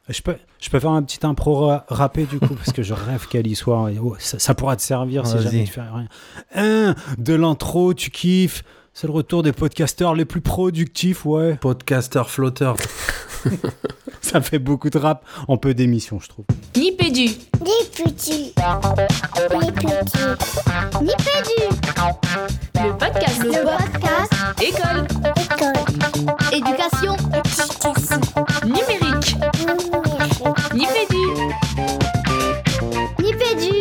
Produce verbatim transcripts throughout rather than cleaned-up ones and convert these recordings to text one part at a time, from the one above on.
Je peux, je peux faire un petit impro ra- rappé du coup, parce que je rêve qu'elle y soit. Oh, ça, ça pourra te servir si Vas-y. jamais tu fais rien. Un, de l'intro, tu kiffes. C'est le retour des podcasteurs les plus productifs, ouais. Podcaster flotteur. Ça fait beaucoup de rap en peu d'émissions, je trouve. Nipédu. Nipédu. Nipédu. Nipédu. Le podcast. Le podcast. École. École. Éducation. Éducation. Numérique. Numérique. Nipédu. Nipédu.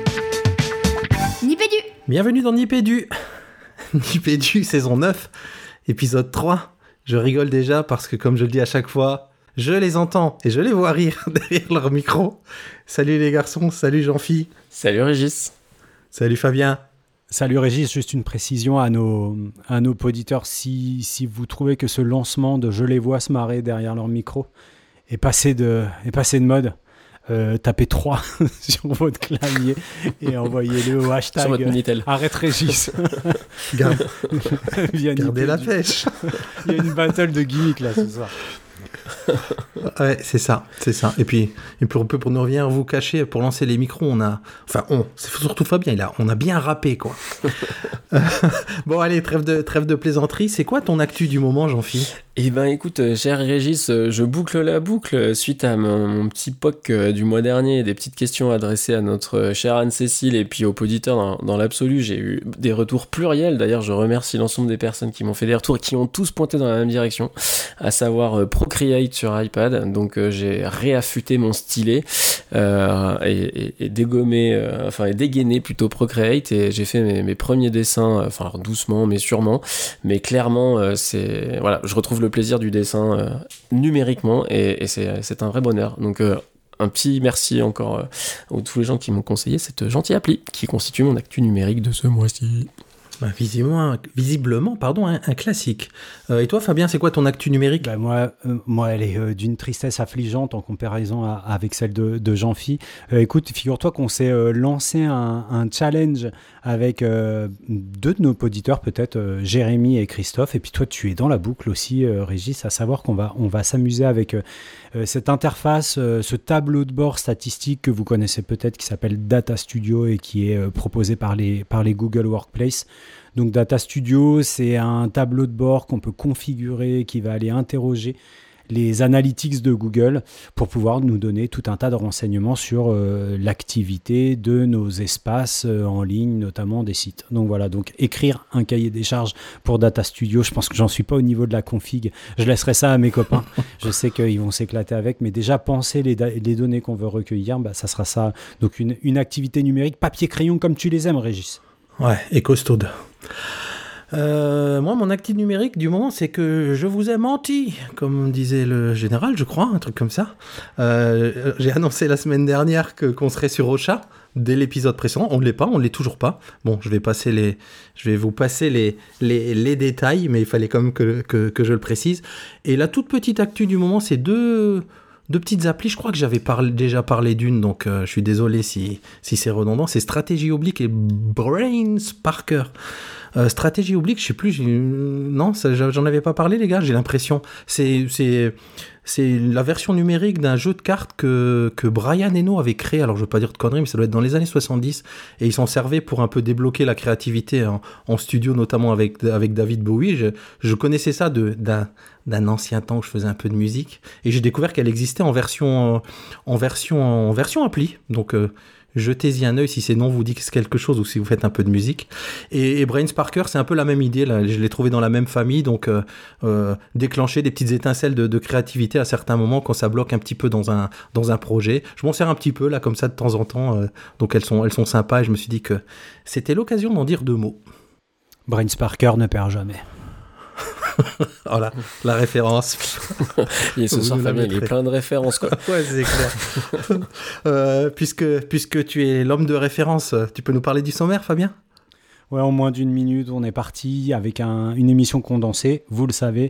Nipédu. Bienvenue dans Nipédu. Nipédu, saison neuf, épisode trois. Je rigole déjà parce que, comme je le dis à chaque fois, je les entends et je les vois rire derrière leur micro. Salut les garçons, salut Jean-Phi. Salut Régis. Salut Fabien. Salut Régis, juste une précision à nos, à nos auditeurs. Si, si vous trouvez que ce lancement de Je les vois se marrer derrière leur micro est passé de, est passé de mode, euh, tapez trois sur votre clavier et envoyez-le au hashtag Sur votre Minitel. Arrête Régis. Garde, Via gardez la Nipédu. pêche. Il y a une battle de gimmicks là ce soir. Ouais, c'est ça, c'est ça. Et puis, et pour, pour nous revenir vous cacher, pour lancer les micros, on a... Enfin, on, c'est surtout Fabien, il a, on a bien rappé, quoi. Bon, allez, trêve de, trêve de plaisanterie. C'est quoi ton actu du moment, Jean-Phi ? Eh ben écoute, euh, cher Régis, euh, je boucle la boucle euh, suite à mon, mon petit P O C euh, du mois dernier et des petites questions adressées à notre euh, chère Anne-Cécile et puis aux auditeurs dans, dans l'absolu. J'ai eu des retours pluriels. D'ailleurs, je remercie l'ensemble des personnes qui m'ont fait des retours et qui ont tous pointé dans la même direction, à savoir euh, Procreate sur iPad. Donc euh, j'ai réaffûté mon stylet euh, et, et, et dégommé, euh, enfin et dégainé plutôt Procreate, et j'ai fait mes, mes premiers dessins, euh, enfin doucement mais sûrement, mais clairement euh, c'est voilà, je retrouve le plaisir du dessin euh, numériquement et, et c'est, c'est un vrai bonheur. Donc euh, un petit merci encore euh, à tous les gens qui m'ont conseillé cette gentille appli qui constitue mon actu numérique de ce mois-ci. Bah, visiblement, visiblement, pardon, un, un classique. Euh, et toi, Fabien, c'est quoi ton actu numérique ? Bah moi, euh, moi, elle est euh, d'une tristesse affligeante en comparaison à- avec celle de, de Jean-Phi. Euh, écoute, figure-toi qu'on s'est euh, lancé un, un challenge avec euh, deux de nos auditeurs, peut-être euh, Jérémy et Christophe. Et puis toi, tu es dans la boucle aussi, euh, Régis, à savoir qu'on va, on va s'amuser avec euh, euh, cette interface, euh, ce tableau de bord statistique que vous connaissez peut-être, qui s'appelle Data Studio et qui est euh, proposé par les, par les Google Workplace. Donc Data Studio, c'est un tableau de bord qu'on peut configurer, qui va aller interroger les analytics de Google pour pouvoir nous donner tout un tas de renseignements sur euh, l'activité de nos espaces euh, en ligne, notamment des sites. Donc voilà, donc écrire un cahier des charges pour Data Studio, je pense que j'en suis pas au niveau de la config. Je laisserai ça à mes copains. Je sais qu'ils vont s'éclater avec, mais déjà penser les, da- les données qu'on veut recueillir, bah, ça sera ça. Donc une, une activité numérique, papier-crayon comme tu les aimes, Régis. Ouais, et costaude. Euh, moi, mon actif numérique du moment, c'est que je vous ai menti, comme disait le général, je crois, un truc comme ça. Euh, j'ai annoncé la semaine dernière que, qu'on serait sur Ocha dès l'épisode précédent. On ne l'est pas, on ne l'est toujours pas. Bon, je vais, passer les, je vais vous passer les, les, les détails, mais il fallait quand même que, que, que je le précise. Et la toute petite actu du moment, c'est deux... Deux petites applis, je crois que j'avais parlé, déjà parlé d'une, donc euh, je suis désolé si, si c'est redondant. C'est Stratégie Oblique et Brainsparker. Euh, Stratégie Oblique, je sais plus, j'ai... non, ça, j'en avais pas parlé les gars, j'ai l'impression. C'est, c'est, c'est la version numérique d'un jeu de cartes que, que Brian Eno avait créé, alors je veux pas dire de conneries, mais ça doit être dans les années soixante-dix, et ils s'en servaient pour un peu débloquer la créativité en, en studio, notamment avec, avec David Bowie. Je, je connaissais ça de, d'un, d'un ancien temps où je faisais un peu de musique, et j'ai découvert qu'elle existait en version, en version, en version appli, donc... Euh, jetez-y un œil si ces noms vous disent quelque chose ou si vous faites un peu de musique. Et, et Brainsparker, c'est un peu la même idée, là. Je l'ai trouvé dans la même famille, donc euh, euh, déclencher des petites étincelles de, de créativité à certains moments quand ça bloque un petit peu dans un, dans un projet. Je m'en sers un petit peu là comme ça de temps en temps, euh, donc elles sont, elles sont sympas et je me suis dit que c'était l'occasion d'en dire deux mots. Brainsparker ne perd jamais. Voilà, la référence. Et ce Vous soir, nous la Fabien, il est mettrez. plein de références, quoi. Ouais, c'est clair. euh, puisque, puisque tu es l'homme de référence, tu peux nous parler du sommaire, Fabien ? Ouais, en moins d'une minute, on est parti avec un, une émission condensée, vous le savez.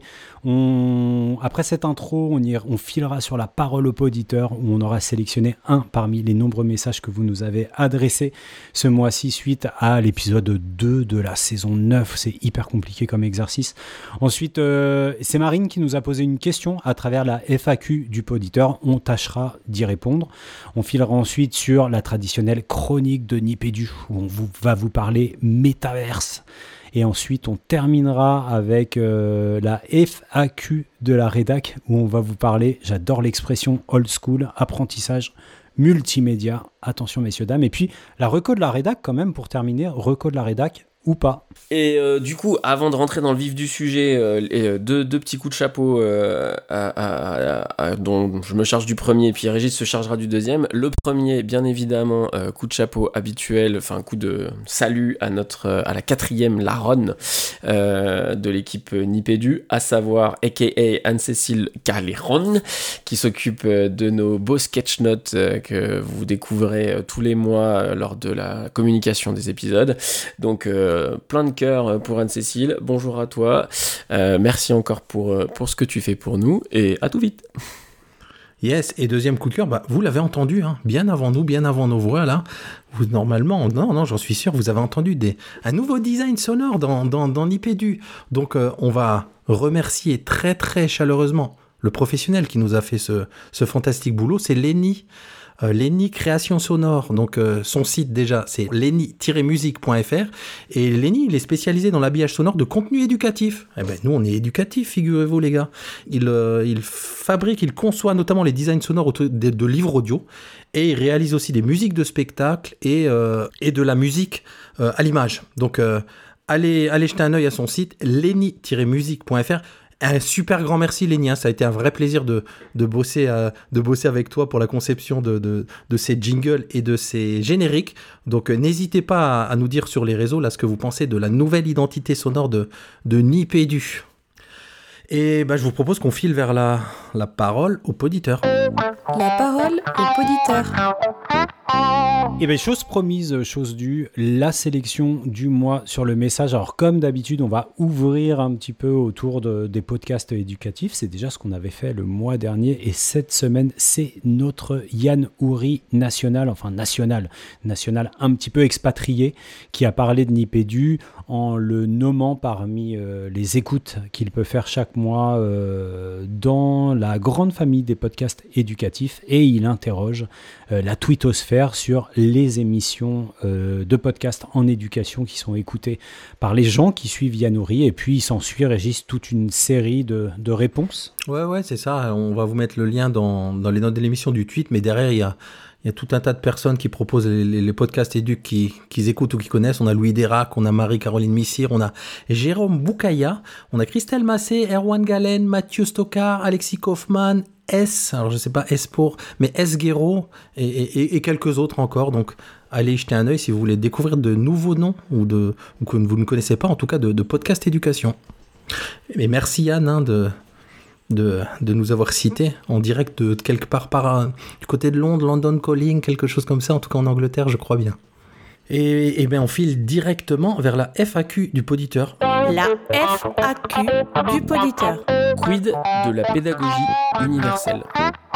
On... Après cette intro, on, y... on filera sur la parole au poditeur où on aura sélectionné un parmi les nombreux messages que vous nous avez adressés ce mois-ci suite à l'épisode deux de la saison neuf. C'est hyper compliqué comme exercice. Ensuite, euh, c'est Marine qui nous a posé une question à travers la F A Q du poditeur. On tâchera d'y répondre. On filera ensuite sur la traditionnelle chronique de Nipédu où on vous, va vous parler métaverse. Et ensuite, on terminera avec euh, la F A Q de la rédac où on va vous parler, j'adore l'expression old school, apprentissage multimédia. Attention messieurs, dames. Et puis, la reco de la rédac quand même pour terminer, reco de la rédac ou pas. Et euh, du coup, avant de rentrer dans le vif du sujet, euh, et, euh, deux, deux petits coups de chapeau euh, à, à, à, à, dont je me charge du premier et puis Régis se chargera du deuxième. Le premier, bien évidemment, euh, coup de chapeau habituel, enfin coup de salut à notre euh, à la quatrième Laronne euh, de l'équipe Nipédu, à savoir aka Anne-Cécile Caleron, qui s'occupe de nos beaux sketch notes euh, que vous découvrez euh, tous les mois euh, lors de la communication des épisodes. Donc euh, plein de cœur pour Anne-Cécile, bonjour à toi, euh, merci encore pour, pour ce que tu fais pour nous, et à tout vite. Yes, et deuxième coup de cœur, bah, vous l'avez entendu, hein, bien avant nous, bien avant nos voix, là, vous, normalement, non, non, j'en suis sûr, vous avez entendu des, un nouveau design sonore dans, dans, dans Nipédu, donc euh, on va remercier très très chaleureusement le professionnel qui nous a fait ce, ce fantastique boulot, c'est Lenny, Euh, Lenny Création Sonore, donc euh, son site déjà c'est lenny tiret musique point f r et Lenny il est spécialisé dans l'habillage sonore de contenu éducatif. Eh ben nous on est éducatif, figurez-vous les gars. Il, euh, il fabrique, il conçoit notamment les designs sonores de, de, de livres audio et il réalise aussi des musiques de spectacles et, euh, et de la musique euh, à l'image. Donc euh, allez, allez jeter un œil à son site lenny tiret musique point f r. Un super grand merci Lenny, ça a été un vrai plaisir de, de, bosser, euh, de bosser avec toi pour la conception de, de, de ces jingles et de ces génériques. Donc euh, n'hésitez pas à, à nous dire sur les réseaux là ce que vous pensez de la nouvelle identité sonore de, de Nipédu. Et bah, je vous propose qu'on file vers la, la parole au poditeur. La parole au poditeur. Et bien, chose promise, chose due, la sélection du mois sur le message. Alors, comme d'habitude, on va ouvrir un petit peu autour de, des podcasts éducatifs. C'est déjà ce qu'on avait fait le mois dernier. Et cette semaine, c'est notre Yann Houry national, enfin national, national un petit peu expatrié, qui a parlé de Nipédu en le nommant parmi euh, les écoutes qu'il peut faire chaque mois euh, dans la grande famille des podcasts éducatifs. Et il interroge euh, la twittosphère sur les émissions euh, de podcasts en éducation qui sont écoutées par les gens qui suivent Yann Houry. Et puis il s'ensuit, Régis, toute une série de, de réponses. Ouais, ouais, c'est ça. On va vous mettre le lien dans, dans les notes de l'émission du tweet, mais derrière, il y a, il y a tout un tas de personnes qui proposent les, les, les podcasts éduc qui, qu'ils écoutent ou qui connaissent. On a Louis Dérac, on a Marie-Caroline Missire, on a Jérôme Boukaya, on a Christelle Massé, Erwan Galen, Mathieu Stockard, Alexis Kaufmann, S, alors je sais pas S pour, mais S Guéraud et, et, et quelques autres encore. Donc allez jeter un œil si vous voulez découvrir de nouveaux noms ou, de, ou que vous ne connaissez pas, en tout cas de, de podcasts éducation. Mais merci Yann hein, de, de, de nous avoir cités en direct de, de quelque part par, du côté de Londres, London Calling, quelque chose comme ça, en tout cas en Angleterre, je crois bien. Et, et bien on file directement vers la F A Q du poditeur. La F A Q du poditeur. Quid de la pédagogie universelle?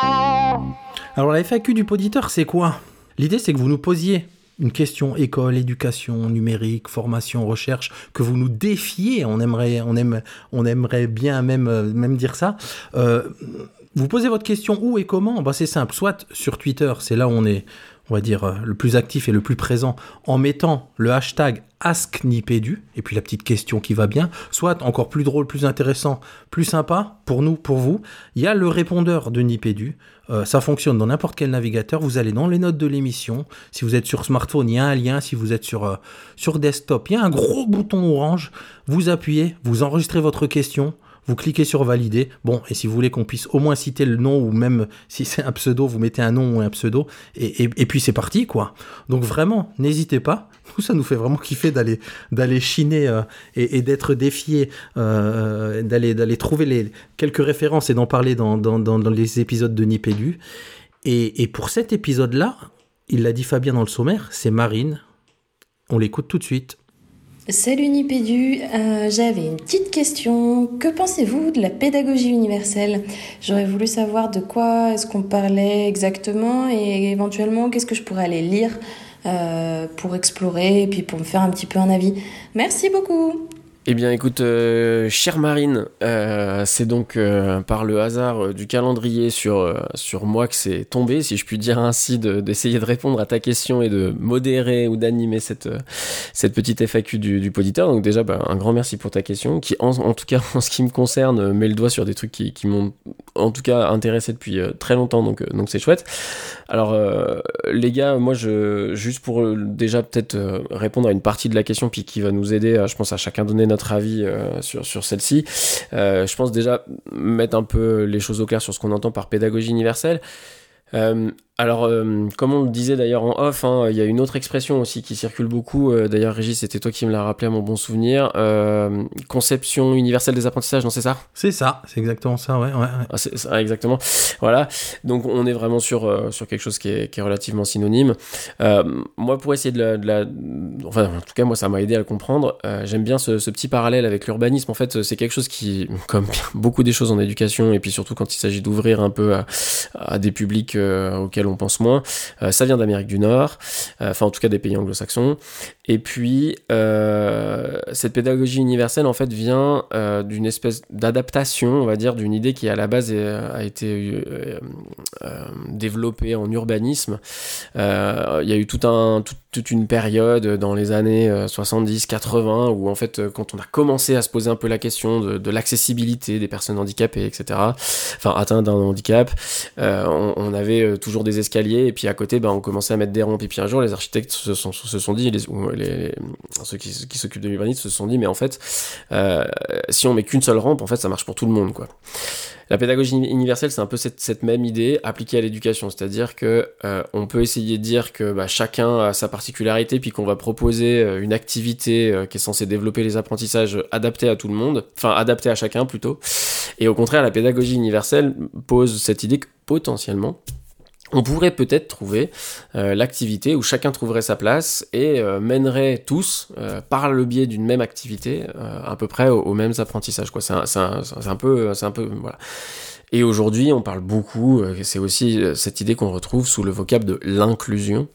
Alors la F A Q du poditeur, c'est quoi? L'idée, c'est que vous nous posiez une question école, éducation, numérique, formation, recherche, que vous nous défiez, on aimerait, on aime, on aimerait bien même, même dire ça. Euh, vous posez votre question où et comment? Bah, c'est simple, soit sur Twitter, c'est là où on est, on va dire, le plus actif et le plus présent, en mettant le hashtag AskNipédu, et puis la petite question qui va bien, soit encore plus drôle, plus intéressant, plus sympa, pour nous, pour vous, il y a le répondeur de Nipédu. Euh, ça fonctionne dans n'importe quel navigateur, vous allez dans les notes de l'émission, si vous êtes sur smartphone, il y a un lien, si vous êtes sur, euh, sur desktop, il y a un gros bouton orange, vous appuyez, vous enregistrez votre question, vous cliquez sur valider, bon, et si vous voulez qu'on puisse au moins citer le nom, ou même si c'est un pseudo, vous mettez un nom ou un pseudo, et, et, et puis c'est parti, quoi. Donc vraiment, n'hésitez pas, nous ça nous fait vraiment kiffer d'aller, d'aller chiner euh, et, et d'être défié, euh, d'aller, d'aller trouver les, quelques références et d'en parler dans, dans, dans, dans les épisodes de Nipédu. Et, et pour cet épisode-là, il l'a dit Fabien dans le sommaire, c'est Marine, on l'écoute tout de suite. Salut Nipédu, euh, j'avais une petite question. Que pensez-vous de la pédagogie universelle ? J'aurais voulu savoir de quoi est-ce qu'on parlait exactement et éventuellement qu'est-ce que je pourrais aller lire euh, pour explorer et puis pour me faire un petit peu un avis. Merci beaucoup. Eh bien, écoute, euh, chère Marine, euh, c'est donc euh, par le hasard euh, du calendrier sur, euh, sur moi que c'est tombé, si je puis dire ainsi, de, d'essayer de répondre à ta question et de modérer ou d'animer cette, euh, cette petite F A Q du, du poditeur. Donc déjà, bah, un grand merci pour ta question, qui en, en tout cas, en ce qui me concerne, euh, met le doigt sur des trucs qui, qui m'ont en tout cas intéressé depuis euh, très longtemps, donc, euh, donc c'est chouette. Alors, euh, les gars, moi, je, juste pour euh, déjà peut-être euh, répondre à une partie de la question, puis qui va nous aider, à, je pense, à chacun donner notre avis euh, sur, sur celle-ci. Euh, je pense déjà mettre un peu les choses au clair sur ce qu'on entend par pédagogie universelle. Euh, alors, euh, comme on le disait d'ailleurs en off, hein, il y a une autre expression aussi qui circule beaucoup. Euh, d'ailleurs, Régis, c'était toi qui me l'as rappelé à mon bon souvenir. Euh, conception universelle des apprentissages, non, c'est ça ? C'est ça, c'est exactement ça, ouais. ouais, ouais. Ah, c'est ça, exactement. Voilà. Donc, on est vraiment sur, euh, sur quelque chose qui est, qui est relativement synonyme. Euh, moi, pour essayer de la, de la... Enfin, en tout cas, moi, ça m'a aidé à le comprendre. Euh, j'aime bien ce, ce petit parallèle avec l'urbanisme. En fait, c'est quelque chose qui, comme beaucoup des choses en éducation, et puis surtout quand il s'agit d'ouvrir un peu à, à des publics euh, auxquels on pense moins, euh, ça vient d'Amérique du Nord, euh, enfin en tout cas des pays anglo-saxons, et puis euh, cette pédagogie universelle en fait vient euh, d'une espèce d'adaptation, on va dire, d'une idée qui à la base est, a été euh, euh, développée en urbanisme. Euh, il y a eu tout un, tout, toute une période dans les années soixante-dix quatre-vingts où en fait quand on a commencé à se poser un peu la question de, de l'accessibilité des personnes handicapées, et cetera, enfin atteintes d'un handicap, euh, on, on avait toujours des escaliers et puis à côté ben, on commençait à mettre des rampes, et puis un jour les architectes se sont, se sont dit, les, ou les, les, ceux qui, qui s'occupent de l'urbanisme se sont dit mais en fait euh, si on met qu'une seule rampe en fait ça marche pour tout le monde quoi. La pédagogie universelle, c'est un peu cette, cette même idée appliquée à l'éducation, c'est-à-dire que euh, on peut essayer de dire que bah, chacun a sa particularité, puis qu'on va proposer euh, une activité euh, qui est censée développer les apprentissages adaptés à tout le monde, enfin adaptés à chacun plutôt. Et au contraire, la pédagogie universelle pose cette idée que potentiellement, on pourrait peut-être trouver euh, l'activité où chacun trouverait sa place et euh, mènerait tous, euh, par le biais d'une même activité, euh, à peu près aux, aux mêmes apprentissages, quoi. C'est un, c'est un, c'est un peu, c'est un peu, voilà. Et aujourd'hui, on parle beaucoup, euh, c'est aussi euh, cette idée qu'on retrouve sous le vocable de l'inclusion.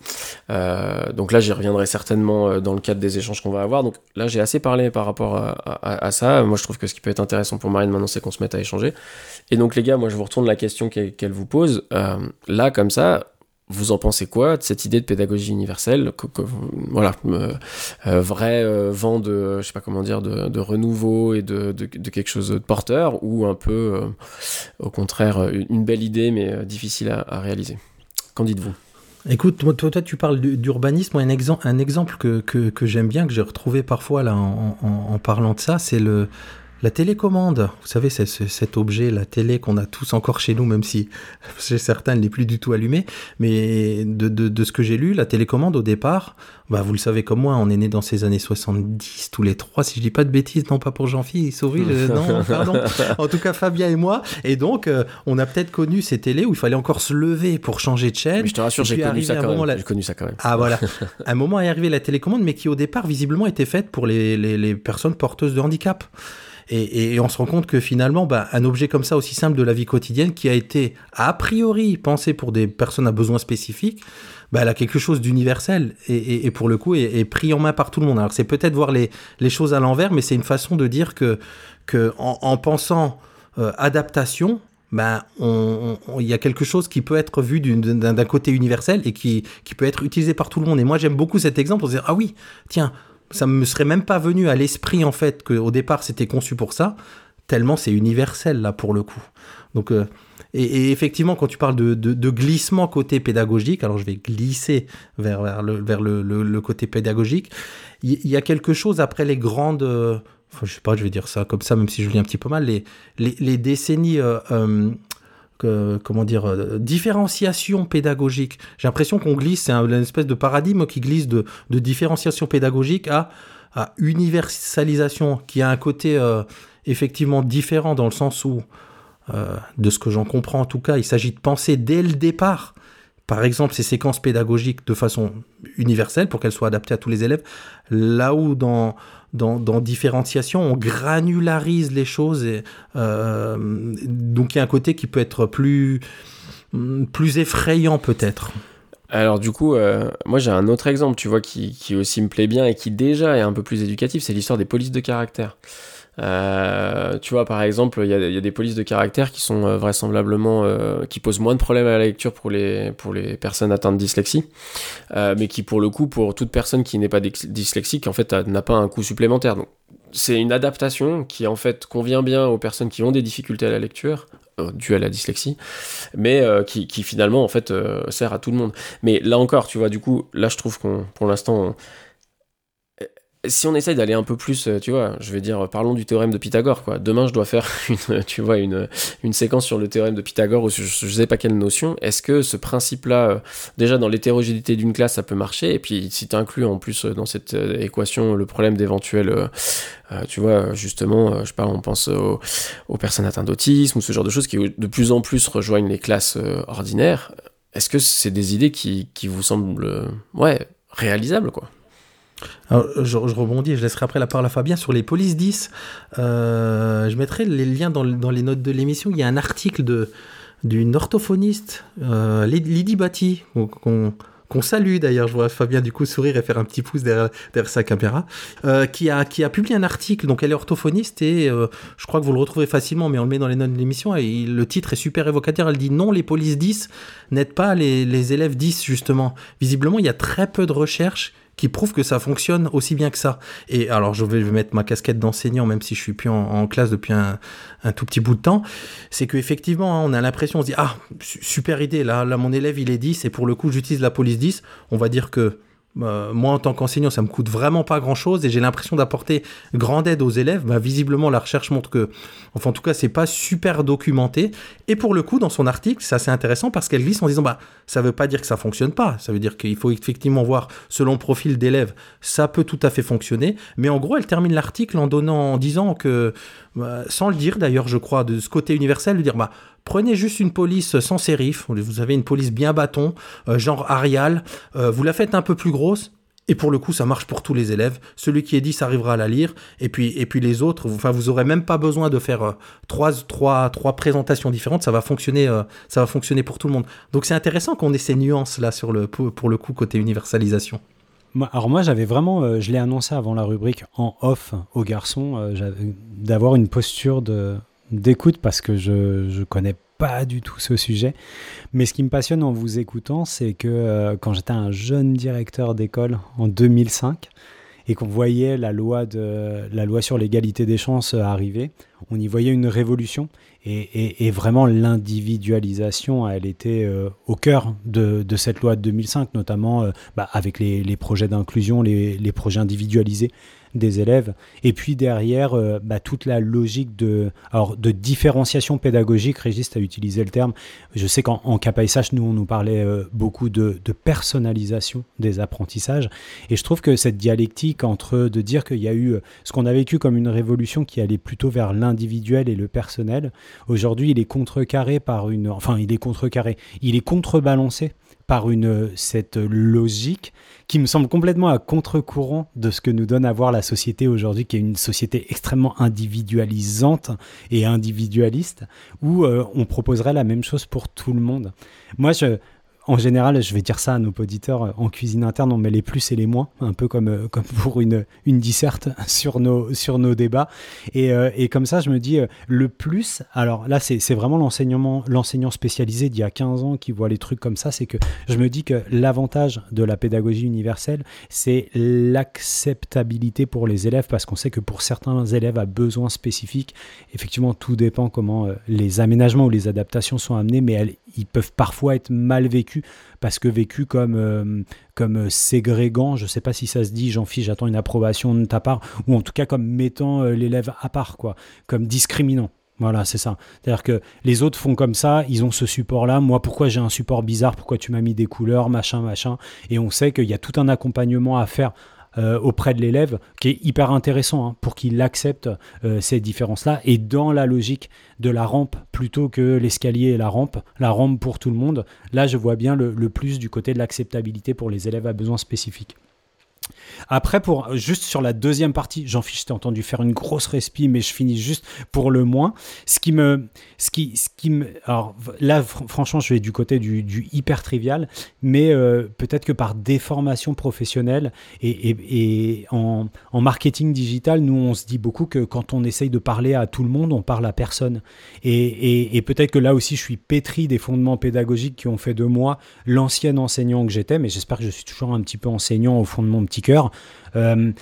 Euh, donc là, j'y reviendrai certainement euh, dans le cadre des échanges qu'on va avoir. Donc là, j'ai assez parlé par rapport à, à, à ça. Moi, je trouve que ce qui peut être intéressant pour Marine maintenant, c'est qu'on se mette à échanger. Et donc les gars, moi, je vous retourne la question qu'elle, qu'elle vous pose. Euh, là, comme ça, vous en pensez quoi de cette idée de pédagogie universelle, que, que, voilà, euh, euh, vrai euh, vent de, je sais pas comment dire, de, de renouveau et de, de, de quelque chose de porteur, ou un peu, euh, au contraire, une belle idée mais euh, difficile à, à réaliser. Qu'en dites-vous ? Écoute, toi, toi, toi tu parles d'urbanisme. Un, exem- un exemple que, que, que j'aime bien, que j'ai retrouvé parfois là en, en, en parlant de ça, c'est le la télécommande. Vous savez, c'est, c'est cet objet, la télé qu'on a tous encore chez nous, même si chez certains, elle n'est plus du tout allumée. Mais de, de, de ce que j'ai lu, la télécommande, au départ, bah, vous le savez comme moi, on est né dans ces années soixante-dix, tous les trois, si je dis pas de bêtises, non pas pour Jean-Philippe, il sourit, je, non, pardon. En tout cas, Fabien et moi. Et donc, euh, on a peut-être connu ces télés où il fallait encore se lever pour changer de chaîne. Mais je te rassure, j'ai connu, ça quand même. La... j'ai connu ça quand même. Ah voilà. À un moment est arrivée la télécommande, mais qui au départ, visiblement, était faite pour les, les, les personnes porteuses de handicap. Et, et on se rend compte que finalement, bah, un objet comme ça, aussi simple de la vie quotidienne, qui a été a priori pensé pour des personnes à besoins spécifiques, bah, elle a quelque chose d'universel et, et, et pour le coup est, est pris en main par tout le monde. Alors c'est peut-être voir les, les choses à l'envers, mais c'est une façon de dire que, que en, en pensant euh, adaptation, ben, on, on, il y a quelque chose qui peut être vu d'une, d'un, d'un côté universel et qui, qui peut être utilisé par tout le monde. Et moi j'aime beaucoup cet exemple, on se dit ah oui, tiens, ça me serait même pas venu à l'esprit en fait qu'au départ c'était conçu pour ça, tellement c'est universel là pour le coup. Donc euh, et, et effectivement quand tu parles de, de, de glissement côté pédagogique, alors je vais glisser vers, vers, le, vers le, le, le côté pédagogique, il y, y a quelque chose après les grandes, euh, enfin, je sais pas, je vais dire ça comme ça même si je lis un petit peu mal, les, les, les décennies... Euh, euh, Euh, comment dire, euh, différenciation pédagogique. J'ai l'impression qu'on glisse, c'est un, une espèce de paradigme qui glisse de, de différenciation pédagogique à, à universalisation, qui a un côté euh, effectivement différent dans le sens où, euh, de ce que j'en comprends en tout cas, il s'agit de penser dès le départ par exemple, ces séquences pédagogiques de façon universelle pour qu'elles soient adaptées à tous les élèves, là où dans, dans, dans différenciation, on granularise les choses. Et, euh, donc, il y a un côté qui peut être plus, plus effrayant peut-être. Alors du coup, euh, moi j'ai un autre exemple, tu vois, qui, qui aussi me plaît bien et qui déjà est un peu plus éducatif, c'est l'histoire des polices de caractère. Euh, tu vois, par exemple, il y a, y a des polices de caractère qui sont euh, vraisemblablement, euh, qui posent moins de problèmes à la lecture pour les, pour les personnes atteintes de dyslexie, euh, mais qui pour le coup, pour toute personne qui n'est pas dys- dyslexique, en fait, n'a pas un coût supplémentaire. Donc c'est une adaptation qui en fait convient bien aux personnes qui ont des difficultés à la lecture, euh, dues à la dyslexie, mais euh, qui, qui finalement en fait euh, sert à tout le monde. Mais là encore, tu vois, du coup, là je trouve qu'on, pour l'instant, on... si on essaye d'aller un peu plus, tu vois, je vais dire, parlons du théorème de Pythagore, quoi. Demain, je dois faire une, tu vois, une, une séquence sur le théorème de Pythagore ou sur je, je sais pas quelle notion. Est-ce que ce principe-là, euh, déjà dans l'hétérogénéité d'une classe, ça peut marcher? Et puis, si tu inclus en plus dans cette euh, équation le problème d'éventuels, euh, euh, tu vois, justement, euh, je sais pas, on pense aux, aux personnes atteintes d'autisme ou ce genre de choses qui de plus en plus rejoignent les classes euh, ordinaires. Est-ce que c'est des idées qui, qui vous semblent, euh, ouais, réalisables, quoi? Alors, je, je rebondis, je laisserai après la parole à Fabien sur les polices dix. Euh, je mettrai les liens dans, dans les notes de l'émission. Il y a un article de, d'une orthophoniste, euh, Lydie Batty, qu'on, qu'on salue d'ailleurs. Je vois Fabien du coup sourire et faire un petit pouce derrière, derrière sa caméra, euh, qui, a, qui a publié un article. Donc elle est orthophoniste et euh, je crois que vous le retrouvez facilement, mais on le met dans les notes de l'émission. Et le titre est super évocateur. Elle dit non, les polices dix n'aident pas les, les élèves dix, justement. Visiblement, il y a très peu de recherches qui prouve que ça fonctionne aussi bien que ça. Et alors, je vais mettre ma casquette d'enseignant, même si je suis plus en, en classe depuis un, un tout petit bout de temps, c'est qu'effectivement, hein, on a l'impression, on se dit, ah, super idée, là, là, mon élève, il est dix, et pour le coup, j'utilise la police dix, on va dire que Euh, moi en tant qu'enseignant ça me coûte vraiment pas grand chose et j'ai l'impression d'apporter grande aide aux élèves. Bah, visiblement la recherche montre que, enfin en tout cas c'est pas super documenté, et pour le coup dans son article c'est assez intéressant parce qu'elle glisse en disant bah ça veut pas dire que ça fonctionne pas, ça veut dire qu'il faut effectivement voir selon le profil d'élève, ça peut tout à fait fonctionner, mais en gros elle termine l'article en donnant, en disant que bah, sans le dire d'ailleurs je crois, de ce côté universel, de dire bah prenez juste une police sans sérif, vous avez une police bien bâton, euh, genre Arial, euh, vous la faites un peu plus grosse, et pour le coup ça marche pour tous les élèves, celui qui est dix arrivera à la lire, et puis, et puis les autres, enfin, vous aurez même pas besoin de faire euh, trois, trois, trois présentations différentes, ça va, fonctionner, euh, ça va fonctionner pour tout le monde. Donc c'est intéressant qu'on ait ces nuances là sur le, pour, pour le coup côté universalisation. Alors moi j'avais vraiment, euh, je l'ai annoncé avant la rubrique en off aux garçons, euh, d'avoir une posture de... d'écoute parce que je je connais pas du tout ce sujet, mais ce qui me passionne en vous écoutant, c'est que euh, quand j'étais un jeune directeur d'école en deux mille cinq et qu'on voyait la loi de la loi sur l'égalité des chances arriver, on y voyait une révolution et, et, et vraiment l'individualisation, elle était euh, au cœur de, de cette loi de deux mille cinq, notamment euh, bah, avec les, les projets d'inclusion, les, les projets individualisés des élèves, et puis derrière euh, bah, toute la logique de, alors, de différenciation pédagogique. Régis, tu as utilisé le terme, je sais qu'en en K P S H, nous on nous parlait euh, beaucoup de, de personnalisation des apprentissages, et je trouve que cette dialectique entre de dire qu'il y a eu ce qu'on a vécu comme une révolution qui allait plutôt vers l'individuel et le personnel, aujourd'hui il est contrecarré par une, enfin il est contrecarré, il est contrebalancé par une, cette logique qui me semble complètement à contre-courant de ce que nous donne à voir la société aujourd'hui, qui est une société extrêmement individualisante et individualiste, où euh, on proposerait la même chose pour tout le monde. Moi, je... En général, je vais dire ça à nos auditeurs, en cuisine interne, on met les plus et les moins, un peu comme, comme pour une, une disserte sur nos, sur nos débats. Et, euh, et comme ça, je me dis, euh, le plus, alors là, c'est, c'est vraiment l'enseignement, l'enseignant spécialisé d'il y a quinze ans qui voit les trucs comme ça, c'est que je me dis que l'avantage de la pédagogie universelle, c'est l'acceptabilité pour les élèves, parce qu'on sait que pour certains élèves à besoins spécifiques, effectivement, tout dépend comment euh, les aménagements ou les adaptations sont amenés, mais elles, ils peuvent parfois être mal vécus, parce que vécu comme, euh, comme ségrégant, je ne sais pas si ça se dit, Jean-Philippe, j'attends une approbation de ta part, ou en tout cas comme mettant euh, l'élève à part, quoi, comme discriminant. Voilà, c'est ça. C'est-à-dire que les autres font comme ça, ils ont ce support-là. Moi, pourquoi j'ai un support bizarre? Pourquoi tu m'as mis des couleurs, machin, machin? Et on sait qu'il y a tout un accompagnement à faire euh, auprès de l'élève qui est hyper intéressant hein, pour qu'il accepte euh, ces différences-là et dans la logique de la rampe plutôt que l'escalier et la rampe, la rampe pour tout le monde. Là, je vois bien le, le plus du côté de l'acceptabilité pour les élèves à besoins spécifiques. Après, pour, juste sur la deuxième partie, Jean-Philippe, je t'ai entendu faire une grosse respi, mais je finis juste pour le moins. Ce qui me, ce qui, ce qui me, alors là, fr- franchement, je vais du côté du, du hyper trivial, mais euh, peut-être que par déformation professionnelle et, et, et en, en marketing digital, nous, on se dit beaucoup que quand on essaye de parler à tout le monde, on parle à personne. Et, et, et peut-être que là aussi, je suis pétri des fondements pédagogiques qui ont fait de moi l'ancien enseignant que j'étais, mais j'espère que je suis toujours un petit peu enseignant au fond de mon petit cœur. Euh,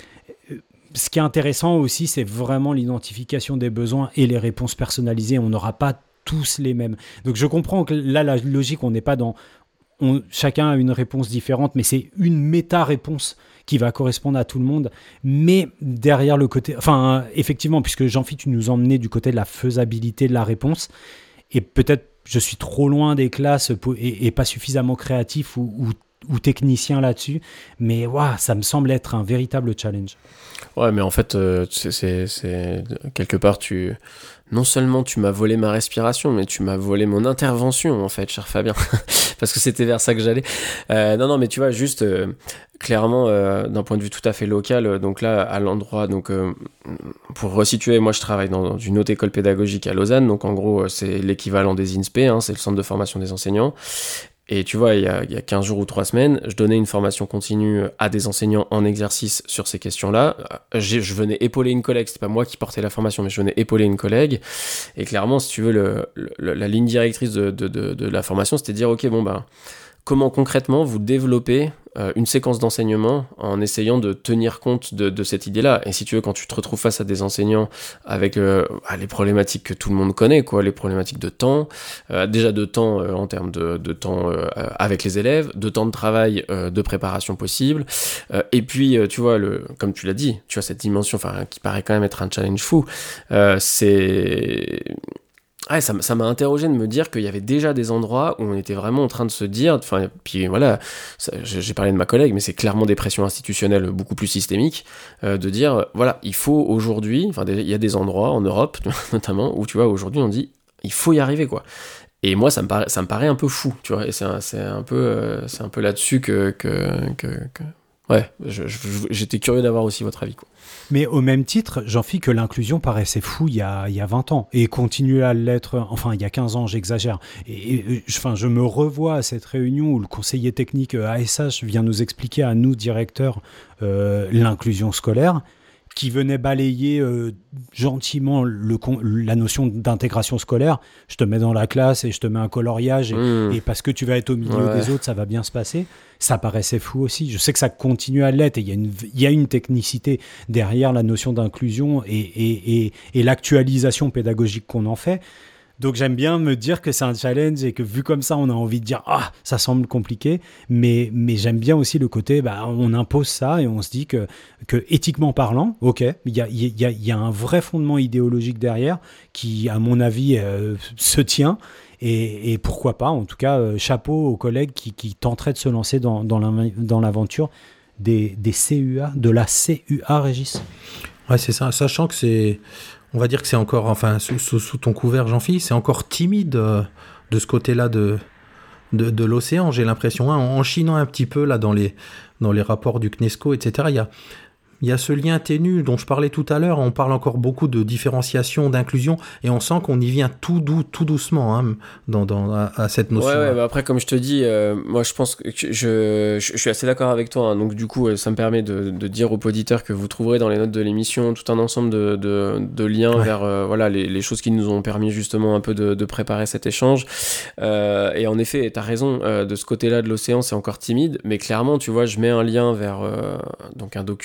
ce qui est intéressant aussi, c'est vraiment l'identification des besoins et les réponses personnalisées. On n'aura pas tous les mêmes. Donc je comprends que là, la logique, on n'est pas dans... On, chacun a une réponse différente, mais c'est une méta-réponse qui va correspondre à tout le monde. Mais derrière le côté... Enfin, effectivement, puisque Jean-Philippe, tu nous emmenais du côté de la faisabilité de la réponse, et peut-être je suis trop loin des classes et, et pas suffisamment créatif ou, ou ou technicien là-dessus, mais wow, ça me semble être un véritable challenge. Ouais, mais en fait, euh, c'est, c'est, c'est quelque part, tu non seulement tu m'as volé ma respiration, mais tu m'as volé mon intervention, en fait, cher Fabien, parce que c'était vers ça que j'allais. Euh, non, non, mais tu vois, juste euh, clairement, euh, d'un point de vue tout à fait local, euh, donc là, à l'endroit, donc euh, pour resituer, moi, je travaille dans, dans une haute école pédagogique à Lausanne, donc en gros, c'est l'équivalent des I N S P E, hein, c'est le centre de formation des enseignants. Et tu vois, il y a, il y a quinze jours ou trois semaines, je donnais une formation continue à des enseignants en exercice sur ces questions-là. J'ai, je venais épauler une collègue, c'était pas moi qui portais la formation, mais je venais épauler une collègue. Et clairement, si tu veux, le, le, la ligne directrice de, de, de, de la formation, c'était de dire, ok, bon ben, comment concrètement vous développez euh, une séquence d'enseignement en essayant de tenir compte de, de cette idée-là. Et si tu veux, quand tu te retrouves face à des enseignants avec euh, les problématiques que tout le monde connaît, quoi, les problématiques de temps, euh, déjà de temps euh, en termes de, de temps euh, avec les élèves, de temps de travail, euh, de préparation possible, euh, et puis euh, tu vois, le, comme tu l'as dit, tu vois cette dimension, enfin, qui paraît quand même être un challenge fou, euh, c'est... Ouais, ça, ça m'a interrogé de me dire qu'il y avait déjà des endroits où on était vraiment en train de se dire, enfin, puis voilà, ça, j'ai parlé de ma collègue, mais c'est clairement des pressions institutionnelles beaucoup plus systémiques, euh, de dire, voilà, il faut aujourd'hui, enfin, il y a des endroits en Europe, notamment, où tu vois, aujourd'hui, on dit, il faut y arriver, quoi. Et moi, ça me paraît, ça me paraît un peu fou, tu vois, et c'est un, c'est un peu, euh, c'est un peu là-dessus que, que, que, que... ouais, je, je, j'étais curieux d'avoir aussi votre avis, quoi. Mais au même titre, Jean-Philippe, que l'inclusion paraissait fou il y a, il y a vingt ans et continue à l'être, enfin il y a quinze ans, j'exagère. Et, et enfin, je me revois à cette réunion où le conseiller technique A S H vient nous expliquer à nous, directeurs, euh, l'inclusion scolaire, qui venait balayer euh, gentiment le, la notion d'intégration scolaire. Je te mets dans la classe et je te mets un coloriage et, mmh. et parce que tu vas être au milieu ouais. des autres, ça va bien se passer. Ça paraissait fou aussi. Je sais que ça continue à l'être et il y a une, il y a une technicité derrière la notion d'inclusion et, et, et, et l'actualisation pédagogique qu'on en fait. Donc j'aime bien me dire que c'est un challenge et que vu comme ça, on a envie de dire « Ah, ça semble compliqué », mais, mais j'aime bien aussi le côté, bah, on impose ça et on se dit que, que éthiquement parlant, ok, il y a, il y a, il y a un vrai fondement idéologique derrière qui, à mon avis, euh, se tient. Et, et pourquoi pas, en tout cas, euh, chapeau aux collègues qui, qui tenteraient de se lancer dans, dans, dans l'aventure des, des C U A, de la C U A, Régis. Ouais, c'est ça, sachant que c'est... On va dire que c'est encore, enfin, sous, sous, sous ton couvert, Jean-Philippe, c'est encore timide euh, de ce côté-là de, de, de l'océan, j'ai l'impression. Hein, en chinant un petit peu là, dans, les, dans les rapports du C N E S C O, et cetera, il y a, il y a ce lien ténu dont je parlais tout à l'heure. On parle encore beaucoup de différenciation, d'inclusion, et on sent qu'on y vient tout doux, tout doucement hein, dans, dans, à, à cette notion. Ouais, ouais, bah après, comme je te dis, euh, moi je pense que je, je, je suis assez d'accord avec toi. Hein, donc du coup, ça me permet de, de dire aux auditeurs que vous trouverez dans les notes de l'émission tout un ensemble de, de, de liens ouais. vers euh, voilà, les, les choses qui nous ont permis justement un peu de, de préparer cet échange. Euh, et en effet, t'as raison, euh, de ce côté-là de l'océan, c'est encore timide, mais clairement, tu vois, je mets un lien vers euh, donc un document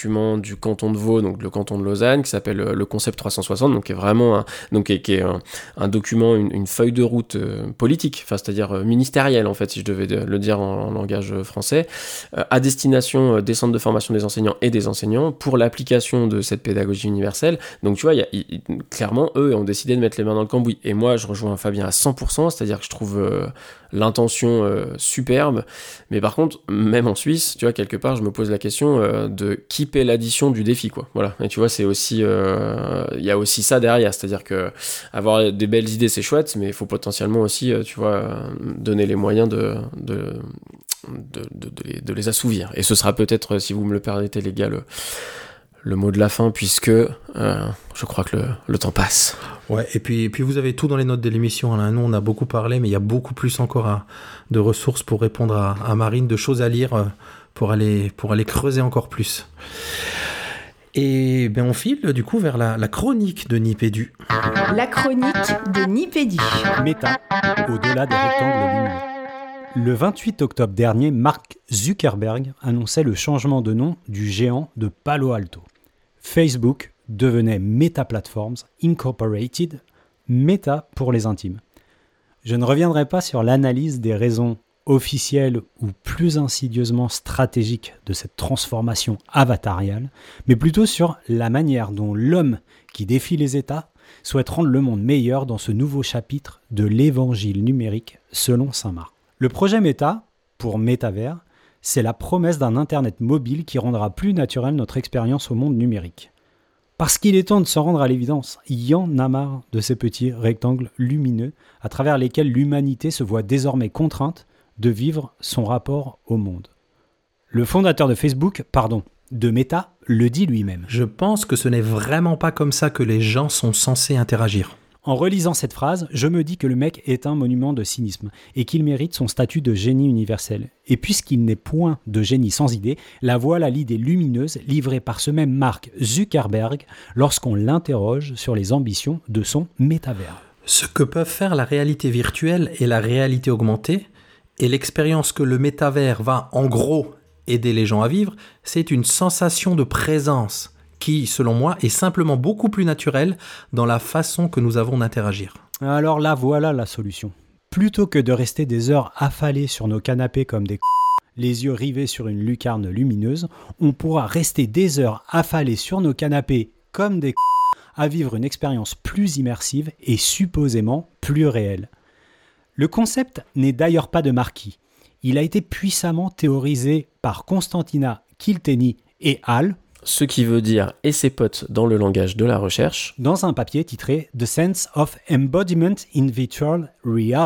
du canton de Vaud, donc le canton de Lausanne, qui s'appelle le Concept trois cent soixante, donc qui est vraiment un, donc, qui est un, un document, une, une feuille de route euh, politique, enfin, c'est-à-dire euh, ministérielle, en fait, si je devais de, le dire en, en langage français, euh, à destination euh, des centres de formation des enseignants et des enseignants pour l'application de cette pédagogie universelle. Donc, tu vois, y a, y, clairement, eux ont décidé de mettre les mains dans le cambouis. Et moi, je rejoins Fabien à cent pour cent, c'est-à-dire que je trouve euh, l'intention euh, superbe, mais par contre, même en Suisse, tu vois, quelque part, je me pose la question euh, de qui paie l'addition du défi, quoi. Voilà. Et tu vois, c'est aussi, il euh, y a aussi ça derrière, c'est-à-dire que avoir des belles idées, c'est chouette, mais il faut potentiellement aussi, euh, tu vois, euh, donner les moyens de, de, de, de, de, les, de les assouvir. Et ce sera peut-être, si vous me le permettez, les gars, le, le mot de la fin, puisque euh, je crois que le, le temps passe. Ouais, et puis, et puis vous avez tout dans les notes de l'émission. Hein. Nous, on a beaucoup parlé, mais il y a beaucoup plus encore à, de ressources pour répondre à, à Marine, de choses à lire euh, pour, aller, pour aller creuser encore plus. Et ben on file du coup vers la, la chronique de Nipédu. La chronique de Nipédu. Méta, au-delà des rectangles lumineux. Le vingt-huit octobre dernier, Mark Zuckerberg annonçait le changement de nom du géant de Palo Alto. Facebook devenait Meta Platforms Incorporated, Meta pour les intimes. Je ne reviendrai pas sur l'analyse des raisons officielles ou plus insidieusement stratégiques de cette transformation avatariale, mais plutôt sur la manière dont l'homme qui défie les États souhaite rendre le monde meilleur dans ce nouveau chapitre de l'évangile numérique selon saint Marc. Le projet Meta, pour Métavers, c'est la promesse d'un Internet mobile qui rendra plus naturelle notre expérience au monde numérique. Parce qu'il est temps de s'en rendre à l'évidence, il y en a marre de ces petits rectangles lumineux à travers lesquels l'humanité se voit désormais contrainte de vivre son rapport au monde. Le fondateur de Facebook, pardon, de Meta, le dit lui-même. Je pense que ce n'est vraiment pas comme ça que les gens sont censés interagir. En relisant cette phrase, je me dis que le mec est un monument de cynisme et qu'il mérite son statut de génie universel. Et puisqu'il n'est point de génie sans idée, la voilà l'idée lumineuse livrée par ce même Mark Zuckerberg lorsqu'on l'interroge sur les ambitions de son métavers. Ce que peuvent faire la réalité virtuelle et la réalité augmentée, et l'expérience que le métavers va en gros aider les gens à vivre, c'est une sensation de présence qui, selon moi, est simplement beaucoup plus naturelle dans la façon que nous avons d'interagir. Alors là, voilà la solution. Plutôt que de rester des heures affalés sur nos canapés comme des c***, les yeux rivés sur une lucarne lumineuse, on pourra rester des heures affalés sur nos canapés comme des c***, à vivre une expérience plus immersive et supposément plus réelle. Le concept n'est d'ailleurs pas de Marquis. Il a été puissamment théorisé par Constantina Kilteni et al., ce qui veut dire « et ses potes » dans le langage de la recherche, dans un papier titré « The Sense of Embodiment in Virtual Reality »,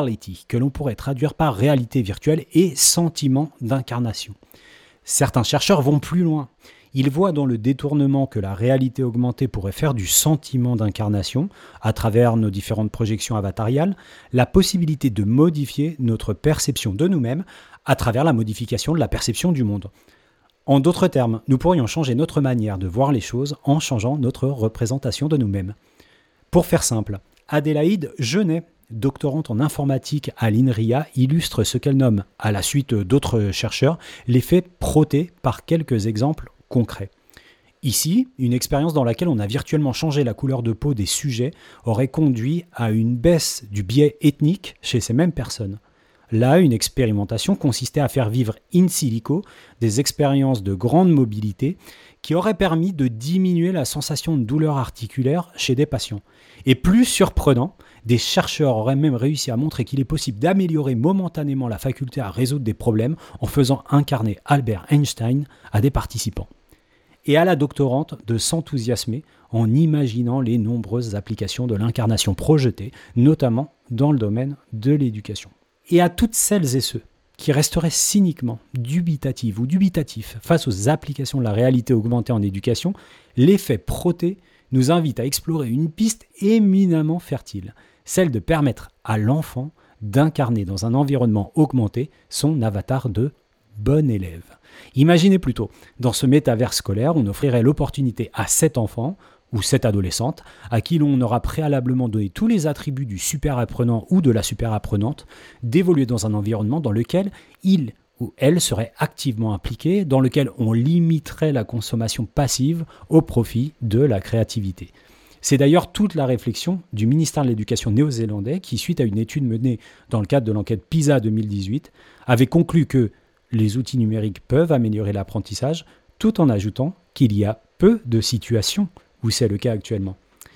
que l'on pourrait traduire par « réalité virtuelle et sentiment d'incarnation ». Certains chercheurs vont plus loin. Ils voient dans le détournement que la réalité augmentée pourrait faire du sentiment d'incarnation, à travers nos différentes projections avatariales, la possibilité de modifier notre perception de nous-mêmes à travers la modification de la perception du monde. En d'autres termes, nous pourrions changer notre manière de voir les choses en changeant notre représentation de nous-mêmes. Pour faire simple, Adélaïde Genet, doctorante en informatique à l'INRIA, illustre ce qu'elle nomme, à la suite d'autres chercheurs, l'effet proté par quelques exemples concrets. Ici, une expérience dans laquelle on a virtuellement changé la couleur de peau des sujets aurait conduit à une baisse du biais ethnique chez ces mêmes personnes. Là, une expérimentation consistait à faire vivre in silico des expériences de grande mobilité qui auraient permis de diminuer la sensation de douleur articulaire chez des patients. Et plus surprenant, des chercheurs auraient même réussi à montrer qu'il est possible d'améliorer momentanément la faculté à résoudre des problèmes en faisant incarner Albert Einstein à des participants. Et à la doctorante de s'enthousiasmer en imaginant les nombreuses applications de l'incarnation projetée, notamment dans le domaine de l'éducation. Et à toutes celles et ceux qui resteraient cyniquement dubitatifs ou dubitatifs face aux applications de la réalité augmentée en éducation, l'effet proté nous invite à explorer une piste éminemment fertile, celle de permettre à l'enfant d'incarner dans un environnement augmenté son avatar de bon élève. Imaginez plutôt, dans ce métavers scolaire, on offrirait l'opportunité à cet enfant ou cette adolescente, à qui l'on aura préalablement donné tous les attributs du super apprenant ou de la super apprenante, d'évoluer dans un environnement dans lequel il où elle serait activement impliquée, dans lequel on limiterait la consommation passive au profit de la créativité. C'est d'ailleurs toute la réflexion du ministère de l'Éducation néo-zélandais qui, suite à une étude menée dans le cadre de l'enquête PISA deux mille dix-huit, avait conclu que les outils numériques peuvent améliorer l'apprentissage, tout en ajoutant qu'il y a peu de situations où c'est le cas actuellement.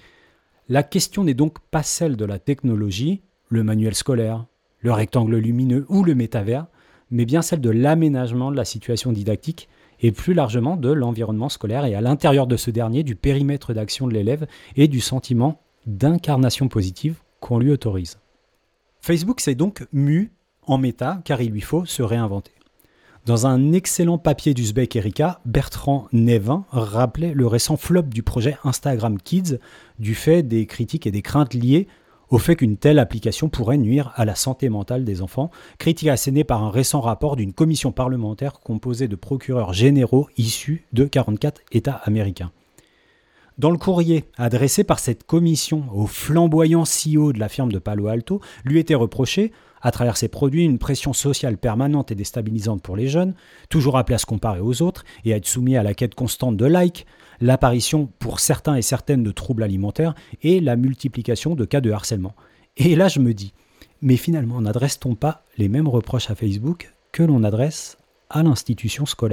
La question n'est donc pas celle de la technologie, le manuel scolaire, le rectangle lumineux ou le métavers, mais bien celle de l'aménagement de la situation didactique et plus largement de l'environnement scolaire et à l'intérieur de ce dernier du périmètre d'action de l'élève et du sentiment d'incarnation positive qu'on lui autorise. Facebook s'est donc mu en méta car il lui faut se réinventer. Dans un excellent papier d'Uzbek Erika, Bertrand Nevin rappelait le récent flop du projet Instagram Kids du fait des critiques et des craintes liées au fait qu'une telle application pourrait nuire à la santé mentale des enfants, critique assénée par un récent rapport d'une commission parlementaire composée de procureurs généraux issus de quarante-quatre États américains. Dans le courrier adressé par cette commission au flamboyant C E O de la firme de Palo Alto, lui était reproché, à travers ses produits, une pression sociale permanente et déstabilisante pour les jeunes, toujours appelés à se comparer aux autres et à être soumis à la quête constante de likes, l'apparition pour certains et certaines de troubles alimentaires et la multiplication de cas de harcèlement. Et là, je me dis, mais finalement, n'adresse-t-on pas les mêmes reproches à Facebook que l'on adresse à l'institution scolaire ?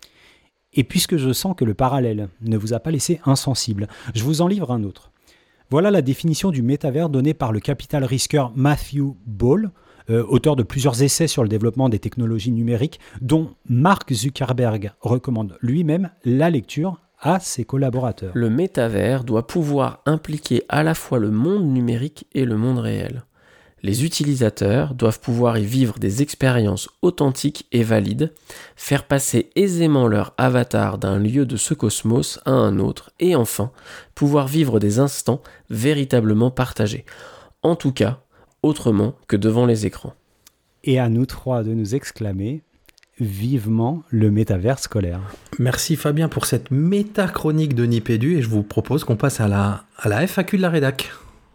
Et puisque je sens que le parallèle ne vous a pas laissé insensible, je vous en livre un autre. Voilà la définition du métavers donnée par le capital risqueur Matthew Ball, euh, auteur de plusieurs essais sur le développement des technologies numériques, dont Mark Zuckerberg recommande lui-même la lecture à ses collaborateurs. Le métavers doit pouvoir impliquer à la fois le monde numérique et le monde réel. Les utilisateurs doivent pouvoir y vivre des expériences authentiques et valides, faire passer aisément leur avatar d'un lieu de ce cosmos à un autre, et enfin, pouvoir vivre des instants véritablement partagés. En tout cas, autrement que devant les écrans. Et à nous trois de nous exclamer vivement le métavers scolaire. Merci Fabien pour cette méta-chronique de Nipédu, et je vous propose qu'on passe à la, à la F A Q de la rédac.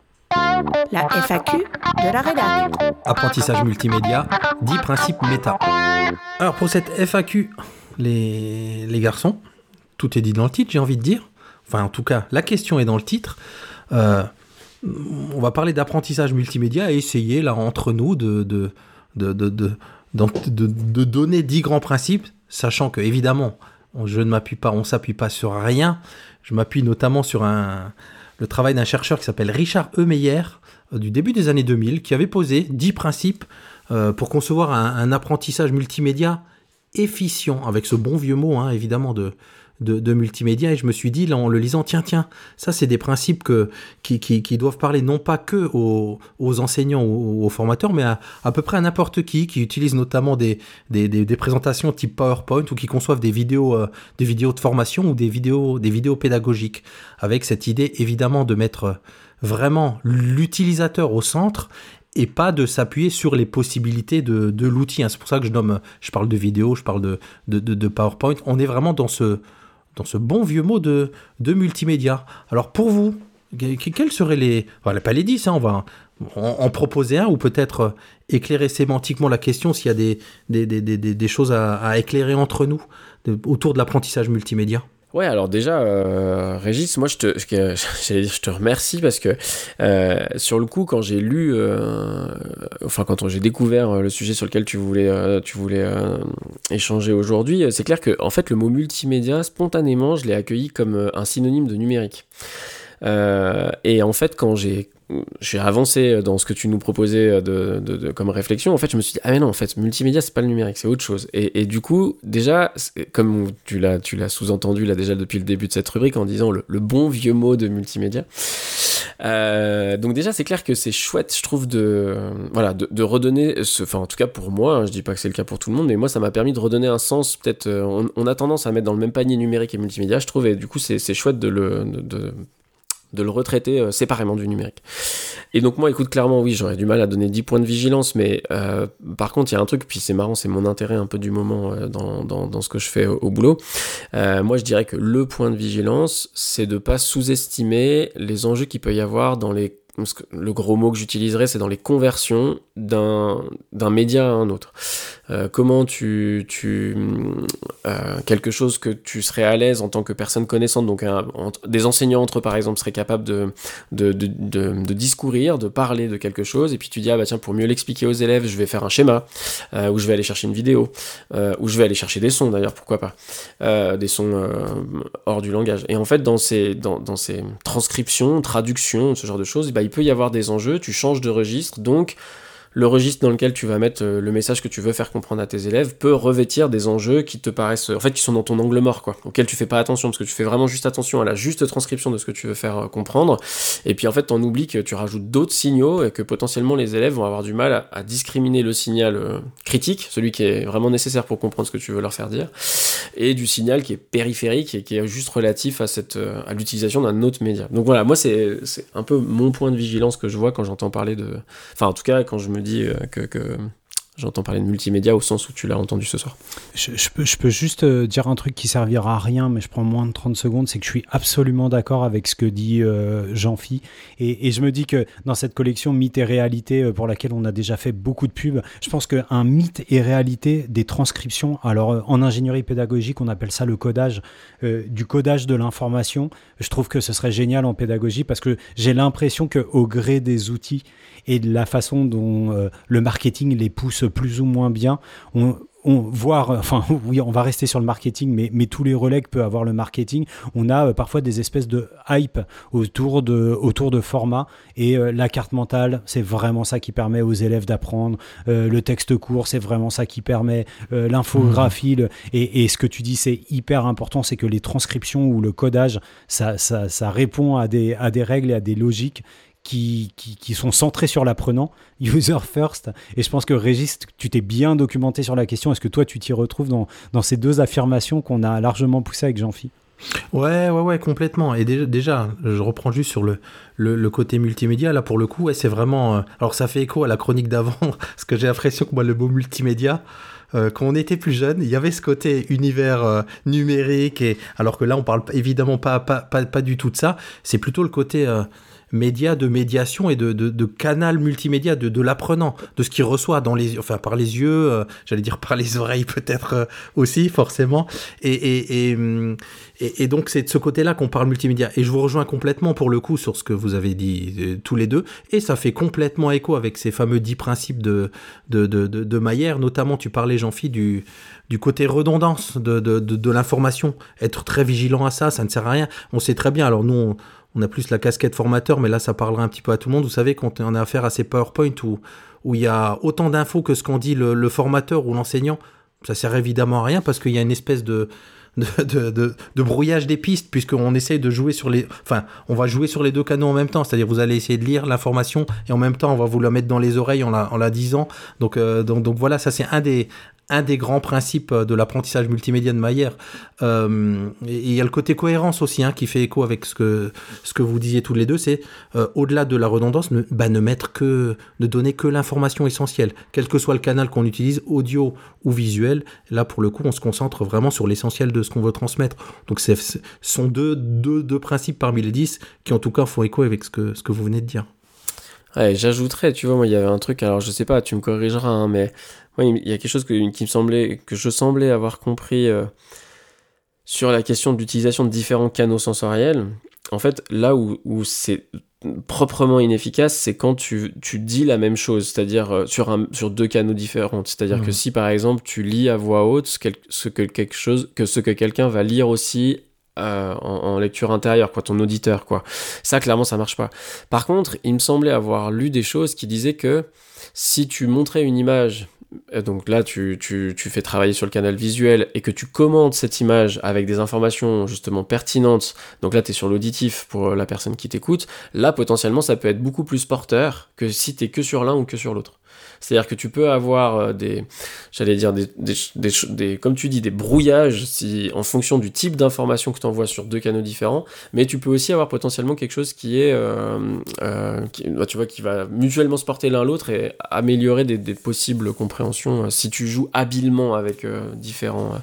La F A Q de la rédac. Apprentissage multimédia, dix principes méta. Alors pour cette F A Q, les, les garçons, tout est dit dans le titre, j'ai envie de dire. Enfin en tout cas, la question est dans le titre. Euh, on va parler d'apprentissage multimédia et essayer là entre nous de, de, de, de, de, de, de, de donner dix grands principes, sachant que évidemment, je ne m'appuie pas, on ne s'appuie pas sur rien. Je m'appuie notamment sur un... le travail d'un chercheur qui s'appelle Richard E. Meyer, euh, du début des années deux mille, qui avait posé dix principes euh, pour concevoir un, un apprentissage multimédia efficient, avec ce bon vieux mot, hein, évidemment, de, de, de multimédia. Et je me suis dit, là, en le lisant, tiens, tiens, ça, c'est des principes que, qui, qui, qui doivent parler non pas que aux, aux enseignants ou aux formateurs, mais à, à peu près à n'importe qui, qui utilise notamment des, des, des, des présentations type PowerPoint ou qui conçoivent des vidéos, euh, des vidéos de formation ou des vidéos, des vidéos pédagogiques, avec cette idée, évidemment, de mettre vraiment l'utilisateur au centre et pas de s'appuyer sur les possibilités de, de l'outil. C'est pour ça que je nomme, je parle de vidéo, je parle de, de, de, de PowerPoint. On est vraiment dans ce, dans ce bon vieux mot de, de multimédia. Alors pour vous, quels seraient les... Voilà, pas les dix, hein, on va en, en proposer un ou peut-être éclairer sémantiquement la question s'il y a des, des, des, des, des choses à, à éclairer entre nous de, autour de l'apprentissage multimédia. Ouais, alors déjà, euh, Régis, moi je te, je, je te remercie parce que euh, sur le coup, quand j'ai lu, euh, enfin quand j'ai découvert le sujet sur lequel tu voulais, euh, tu voulais euh, échanger aujourd'hui, c'est clair que en fait le mot multimédia, spontanément, je l'ai accueilli comme un synonyme de numérique. Euh, et en fait, quand j'ai j'ai avancé dans ce que tu nous proposais de, de, de, comme réflexion, en fait, je me suis dit, ah mais non, en fait, multimédia, c'est pas le numérique, c'est autre chose. Et, et du coup, déjà, comme tu l'as, tu l'as sous-entendu là déjà depuis le début de cette rubrique en disant le, le bon vieux mot de multimédia, euh, donc déjà, c'est clair que c'est chouette, je trouve, de, euh, voilà, de, de redonner, ce, enfin, en tout cas pour moi, hein, je dis pas que c'est le cas pour tout le monde, mais moi, ça m'a permis de redonner un sens, peut-être, euh, on, on a tendance à mettre dans le même panier numérique et multimédia, je trouve, et du coup, c'est, c'est chouette de le... De, de, de le retraiter euh, séparément du numérique. Et donc moi, écoute, clairement, oui, j'aurais du mal à donner dix points de vigilance, mais euh, par contre, il y a un truc, puis c'est marrant, c'est mon intérêt un peu du moment euh, dans, dans, dans ce que je fais au, au boulot. Euh, moi, je dirais que le point de vigilance, c'est de pas sous-estimer les enjeux qu'il peut y avoir dans les le gros mot que j'utiliserais, c'est dans les conversions d'un, d'un média à un autre. Euh, comment tu, tu euh, quelque chose que tu serais à l'aise en tant que personne connaissante, donc un, entre, des enseignants entre eux par exemple seraient capables de, de, de, de, de discourir, de parler de quelque chose, et puis tu dis ah bah tiens, pour mieux l'expliquer aux élèves, je vais faire un schéma, euh, ou je vais aller chercher une vidéo, euh, ou je vais aller chercher des sons d'ailleurs, pourquoi pas, euh, des sons euh, hors du langage. Et en fait dans ces, dans, dans ces transcriptions, traductions, ce genre de choses, bah, il peut y avoir des enjeux, tu changes de registre, donc le registre dans lequel tu vas mettre le message que tu veux faire comprendre à tes élèves peut revêtir des enjeux qui te paraissent, en fait, qui sont dans ton angle mort, quoi, auxquels tu fais pas attention, parce que tu fais vraiment juste attention à la juste transcription de ce que tu veux faire comprendre, et puis en fait, t'en oublies que tu rajoutes d'autres signaux, et que potentiellement les élèves vont avoir du mal à, à discriminer le signal euh, critique, celui qui est vraiment nécessaire pour comprendre ce que tu veux leur faire dire, et du signal qui est périphérique, et qui est juste relatif à, cette, euh, à l'utilisation d'un autre média. Donc voilà, moi, c'est, c'est un peu mon point de vigilance que je vois quand j'entends parler de... Enfin, en tout cas, quand je me dis Que, que j'entends parler de multimédia au sens où tu l'as entendu ce soir. Je, je, peux, je peux juste dire un truc qui servira à rien, mais je prends moins de trente secondes, c'est que je suis absolument d'accord avec ce que dit euh, Jean-Phi, et, et je me dis que dans cette collection Mythes et Réalité, pour laquelle on a déjà fait beaucoup de pubs, je pense qu'un mythe et réalité des transcriptions, alors en ingénierie pédagogique on appelle ça le codage, euh, du codage de l'information, je trouve que ce serait génial en pédagogie, parce que j'ai l'impression qu'au gré des outils et de la façon dont euh, le marketing les pousse plus ou moins bien, on, on voire, enfin oui, on va rester sur le marketing, mais, mais tous les relais que peut avoir le marketing, on a euh, parfois des espèces de hype autour de, autour de formats, et euh, la carte mentale, c'est vraiment ça qui permet aux élèves d'apprendre, euh, le texte court, c'est vraiment ça qui permet, euh, l'infographie, mmh. le, et, et ce que tu dis, c'est hyper important, c'est que les transcriptions ou le codage, ça, ça, ça répond à des, à des règles et à des logiques Qui, qui, qui sont centrés sur l'apprenant, user first, et je pense que Régis, tu t'es bien documenté sur la question. Est-ce que toi tu t'y retrouves dans, dans ces deux affirmations qu'on a largement poussées avec Jean-Phi? Ouais, ouais, ouais, complètement. Et déjà, déjà je reprends juste sur le, le, le côté multimédia, là pour le coup, ouais, c'est vraiment... Euh, alors ça fait écho à la chronique d'avant, parce que j'ai l'impression que moi le mot multimédia, Euh, quand on était plus jeune, il y avait ce côté univers euh, numérique, et alors que là on parle évidemment pas, pas, pas, pas du tout de ça, c'est plutôt le côté euh, média de médiation et de, de, de canal multimédia de, de l'apprenant, de ce qu'il reçoit dans les, enfin, par les yeux, euh, j'allais dire par les oreilles peut-être euh, aussi forcément, et, et, et, et, et donc c'est de ce côté-là qu'on parle multimédia, et je vous rejoins complètement pour le coup sur ce que vous avez dit euh, tous les deux, et ça fait complètement écho avec ces fameux dix principes de, de, de, de, de Mayer, notamment tu parlais Jean-Phi du, du côté redondance de, de, de, de l'information, être très vigilant à ça, ça ne sert à rien, on sait très bien, alors nous on, on a plus la casquette formateur, mais là ça parlera un petit peu à tout le monde, vous savez quand on a affaire à ces PowerPoint où, où il y a autant d'infos que ce qu'en dit le, le formateur ou l'enseignant, ça sert évidemment à rien parce qu'il y a une espèce de De, de, de, de brouillage des pistes, puisqu'on essaye de jouer sur les... Enfin, on va jouer sur les deux canaux en même temps, c'est-à-dire vous allez essayer de lire l'information et en même temps on va vous la mettre dans les oreilles en la, en la disant. Donc, euh, donc, donc voilà, ça c'est un des, un des grands principes de l'apprentissage multimédia de Mayer. Euh, et il y a le côté cohérence aussi, hein, qui fait écho avec ce que, ce que vous disiez tous les deux, c'est euh, au-delà de la redondance, ne, bah, ne mettre que, ne donner que l'information essentielle, quel que soit le canal qu'on utilise, audio ou visuel. Là, pour le coup, on se concentre vraiment sur l'essentiel de ce qu'on veut transmettre. Donc, ce sont deux, deux, deux principes parmi les dix qui, en tout cas, font écho avec ce que, ce que vous venez de dire. Ouais, j'ajouterais, tu vois, moi, il y avait un truc, alors je sais pas, tu me corrigeras, hein, mais moi, il y a quelque chose que, qui me semblait, que je semblais avoir compris euh, sur la question de l'utilisation de différents canaux sensoriels. En fait, là où, où c'est proprement inefficace, c'est quand tu, tu dis la même chose, c'est-à-dire euh, sur, un, sur deux canaux différents. C'est-à-dire mmh. que si, par exemple, tu lis à voix haute ce, quel, ce, que, quelque chose, que, ce que quelqu'un va lire aussi euh, en, en lecture intérieure, quoi, ton auditeur, quoi. Ça, clairement, ça marche pas. Par contre, il me semblait avoir lu des choses qui disaient que si tu montrais une image, donc là tu, tu, tu fais travailler sur le canal visuel et que tu commentes cette image avec des informations justement pertinentes, donc là tu es sur l'auditif pour la personne qui t'écoute, là potentiellement ça peut être beaucoup plus porteur que si tu es que sur l'un ou que sur l'autre. C'est-à-dire que tu peux avoir des, j'allais dire, des, des, des, des, comme tu dis, des brouillages si, en fonction du type d'information que tu envoies sur deux canaux différents, mais tu peux aussi avoir potentiellement quelque chose qui est, euh, euh, qui, tu vois, qui va mutuellement se porter l'un l'autre et améliorer des, des possibles compréhensions euh, si tu joues habilement avec euh, différents, euh,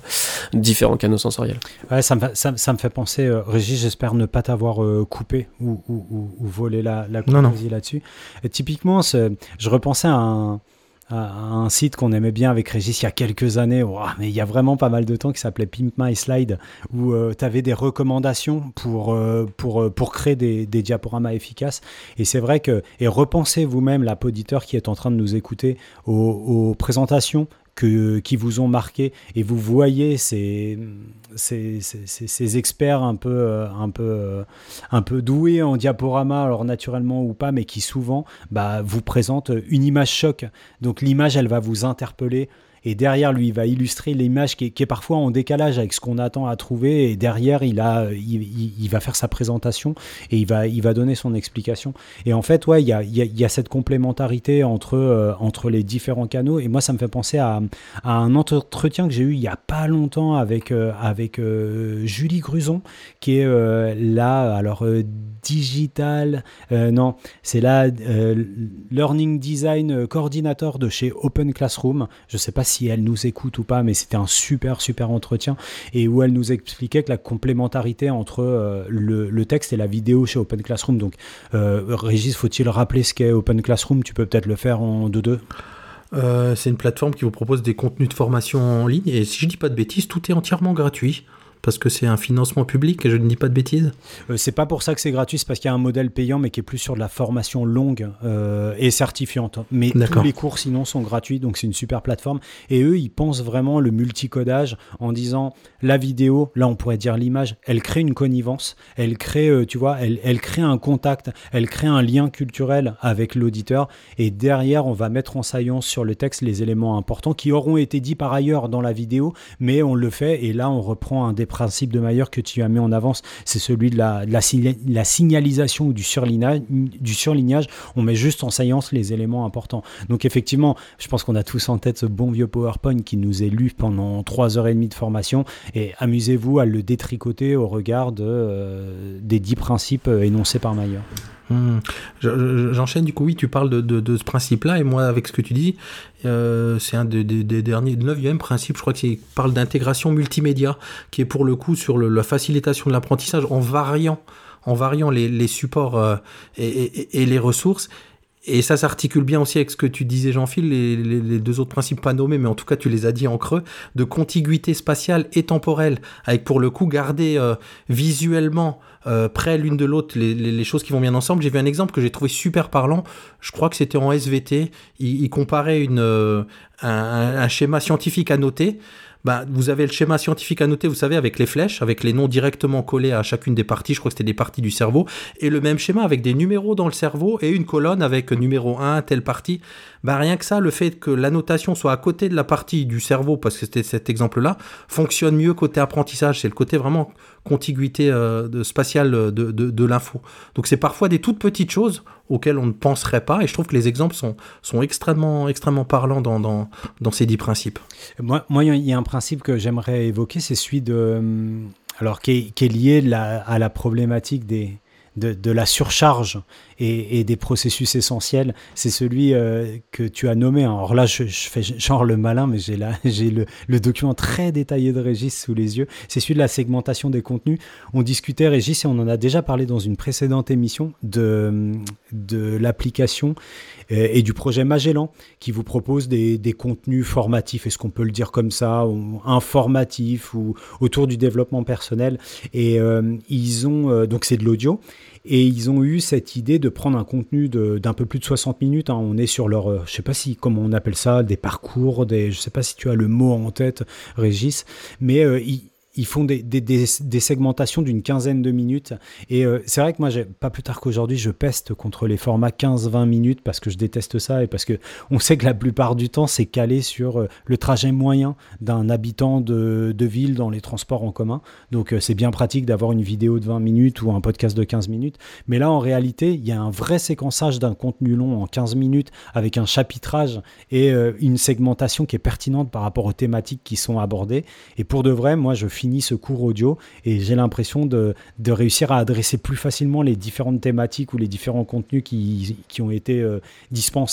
différents canaux sensoriels. Ouais, ça, me fait, ça, ça me fait penser, euh, Régis, j'espère ne pas t'avoir euh, coupé ou, ou, ou, ou volé la, la chronologie là-dessus. Et typiquement, je repensais à un, à un site qu'on aimait bien avec Régis il y a quelques années, wow, mais il y a vraiment pas mal de temps, qui s'appelait Pimp My Slide, où euh, tu avais des recommandations pour, euh, pour, pour créer des, des diaporamas efficaces. Et c'est vrai que, et repensez vous-même, la poditeur qui est en train de nous écouter, aux, aux présentations Que, qui vous ont marqué, et vous voyez ces, ces, ces, ces experts un peu, un, peu, un peu doués en diaporama, alors naturellement ou pas, mais qui souvent bah, vous présentent une image choc. Donc l'image, elle va vous interpeller, et derrière lui, il va illustrer l'image qui est, qui est parfois en décalage avec ce qu'on attend à trouver, et derrière, il, a, il, il, il va faire sa présentation, et il va, il va donner son explication. Et en fait, ouais, il y a, il y a, il y a cette complémentarité entre, euh, entre les différents canaux, et moi, ça me fait penser à, à un entretien que j'ai eu il n'y a pas longtemps avec, euh, avec euh, Julie Gruson, qui est euh, là, alors euh, digital, euh, non, c'est là, euh, Learning Design Coordinator de chez Open Classroom. Je ne sais pas si si elle nous écoute ou pas, mais c'était un super super entretien, et où elle nous expliquait que la complémentarité entre euh, le, le texte et la vidéo chez Open Classroom. Donc euh, Régis, faut-il rappeler ce qu'est Open Classroom? Tu peux peut-être le faire en deux deux. Euh, c'est une plateforme qui vous propose des contenus de formation en ligne, et si je dis pas de bêtises, tout est entièrement gratuit. Parce que c'est un financement public, et je ne dis pas de bêtises. Euh, c'est pas pour ça que c'est gratuit, c'est parce qu'il y a un modèle payant, mais qui est plus sur de la formation longue euh, et certifiante. Mais D'accord. Tous les cours, sinon, sont gratuits, donc c'est une super plateforme. Et eux, ils pensent vraiment le multicodage en disant, la vidéo, là, on pourrait dire l'image, elle crée une connivence, elle crée, euh, tu vois, elle, elle crée un contact, elle crée un lien culturel avec l'auditeur, et derrière, on va mettre en saillance sur le texte les éléments importants qui auront été dits par ailleurs dans la vidéo, mais on le fait, et là, on reprend un des principe de Mayer que tu as mis en avance, c'est celui de la, de la, la signalisation ou du surlignage, du surlignage. On met juste en saillance les éléments importants. Donc effectivement, je pense qu'on a tous en tête ce bon vieux PowerPoint qui nous est lu pendant trois heures et demie de formation, et amusez-vous à le détricoter au regard de, euh, des dix principes énoncés par Mayer. Mmh. J'enchaîne du coup, oui, tu parles de, de, de ce principe-là, et moi, avec ce que tu dis, euh, c'est un des, des, des derniers, le neuvième principe, je crois qu'il parle d'intégration multimédia, qui est pour le coup sur le, la facilitation de l'apprentissage en variant, en variant les, les supports euh, et, et, et les ressources. Et ça s'articule bien aussi avec ce que tu disais, Jean-Phil, les, les, les deux autres principes pas nommés, mais en tout cas tu les as dit en creux, de contiguïté spatiale et temporelle, avec pour le coup garder euh, visuellement euh, près l'une de l'autre les, les, les choses qui vont bien ensemble. J'ai vu un exemple que j'ai trouvé super parlant, je crois que c'était en S V T, il, il comparait une, euh, un, un schéma scientifique à noter. Bah, vous avez le schéma scientifique à noter, vous savez, avec les flèches, avec les noms directement collés à chacune des parties, je crois que c'était des parties du cerveau, et le même schéma avec des numéros dans le cerveau et une colonne avec numéro un, telle partie. Bah, rien que ça, le fait que l'annotation soit à côté de la partie du cerveau, parce que c'était cet exemple-là, fonctionne mieux côté apprentissage. C'est le côté vraiment contiguïté euh, de, spatiale de, de, de l'info. Donc c'est parfois des toutes petites choses auxquelles on ne penserait pas, et je trouve que les exemples sont, sont extrêmement, extrêmement parlants dans, dans, dans ces dix principes. Moi, moi, il y a un principe que j'aimerais évoquer, c'est celui de, alors, qui, est, qui est lié la, à la problématique des, de, de la surcharge et, et des processus essentiels. C'est celui euh, que tu as nommé. Alors là, je, je fais genre le malin, mais j'ai, là, j'ai le, le document très détaillé de Régis sous les yeux. C'est celui de la segmentation des contenus. On discutait, Régis, et on en a déjà parlé dans une précédente émission, de, de l'application et du projet Magellan, qui vous propose des, des contenus formatifs, est-ce qu'on peut le dire comme ça, ou informatifs, ou autour du développement personnel. Et euh, ils ont, euh, donc c'est de l'audio, et ils ont eu cette idée de prendre un contenu de, d'un peu plus de soixante minutes. Hein. On est sur leur, euh, je sais pas si, comment on appelle ça, des parcours, des, je sais pas si tu as le mot en tête, Régis, mais euh, ils Ils font des, des, des, des segmentations d'une quinzaine de minutes. Et euh, c'est vrai que moi, j'ai, pas plus tard qu'aujourd'hui, je peste contre les formats quinze vingt minutes parce que je déteste ça et parce qu'on sait que la plupart du temps, c'est calé sur euh, le trajet moyen d'un habitant de, de ville dans les transports en commun. Donc, euh, c'est bien pratique d'avoir une vidéo de vingt minutes ou un podcast de quinze minutes. Mais là, en réalité, il y a un vrai séquençage d'un contenu long en quinze minutes avec un chapitrage et euh, une segmentation qui est pertinente par rapport aux thématiques qui sont abordées. Et pour de vrai, moi, je fini ce cours audio et j'ai l'impression de, de réussir à adresser plus facilement les différentes thématiques ou les différents contenus qui, qui ont été euh, dispensés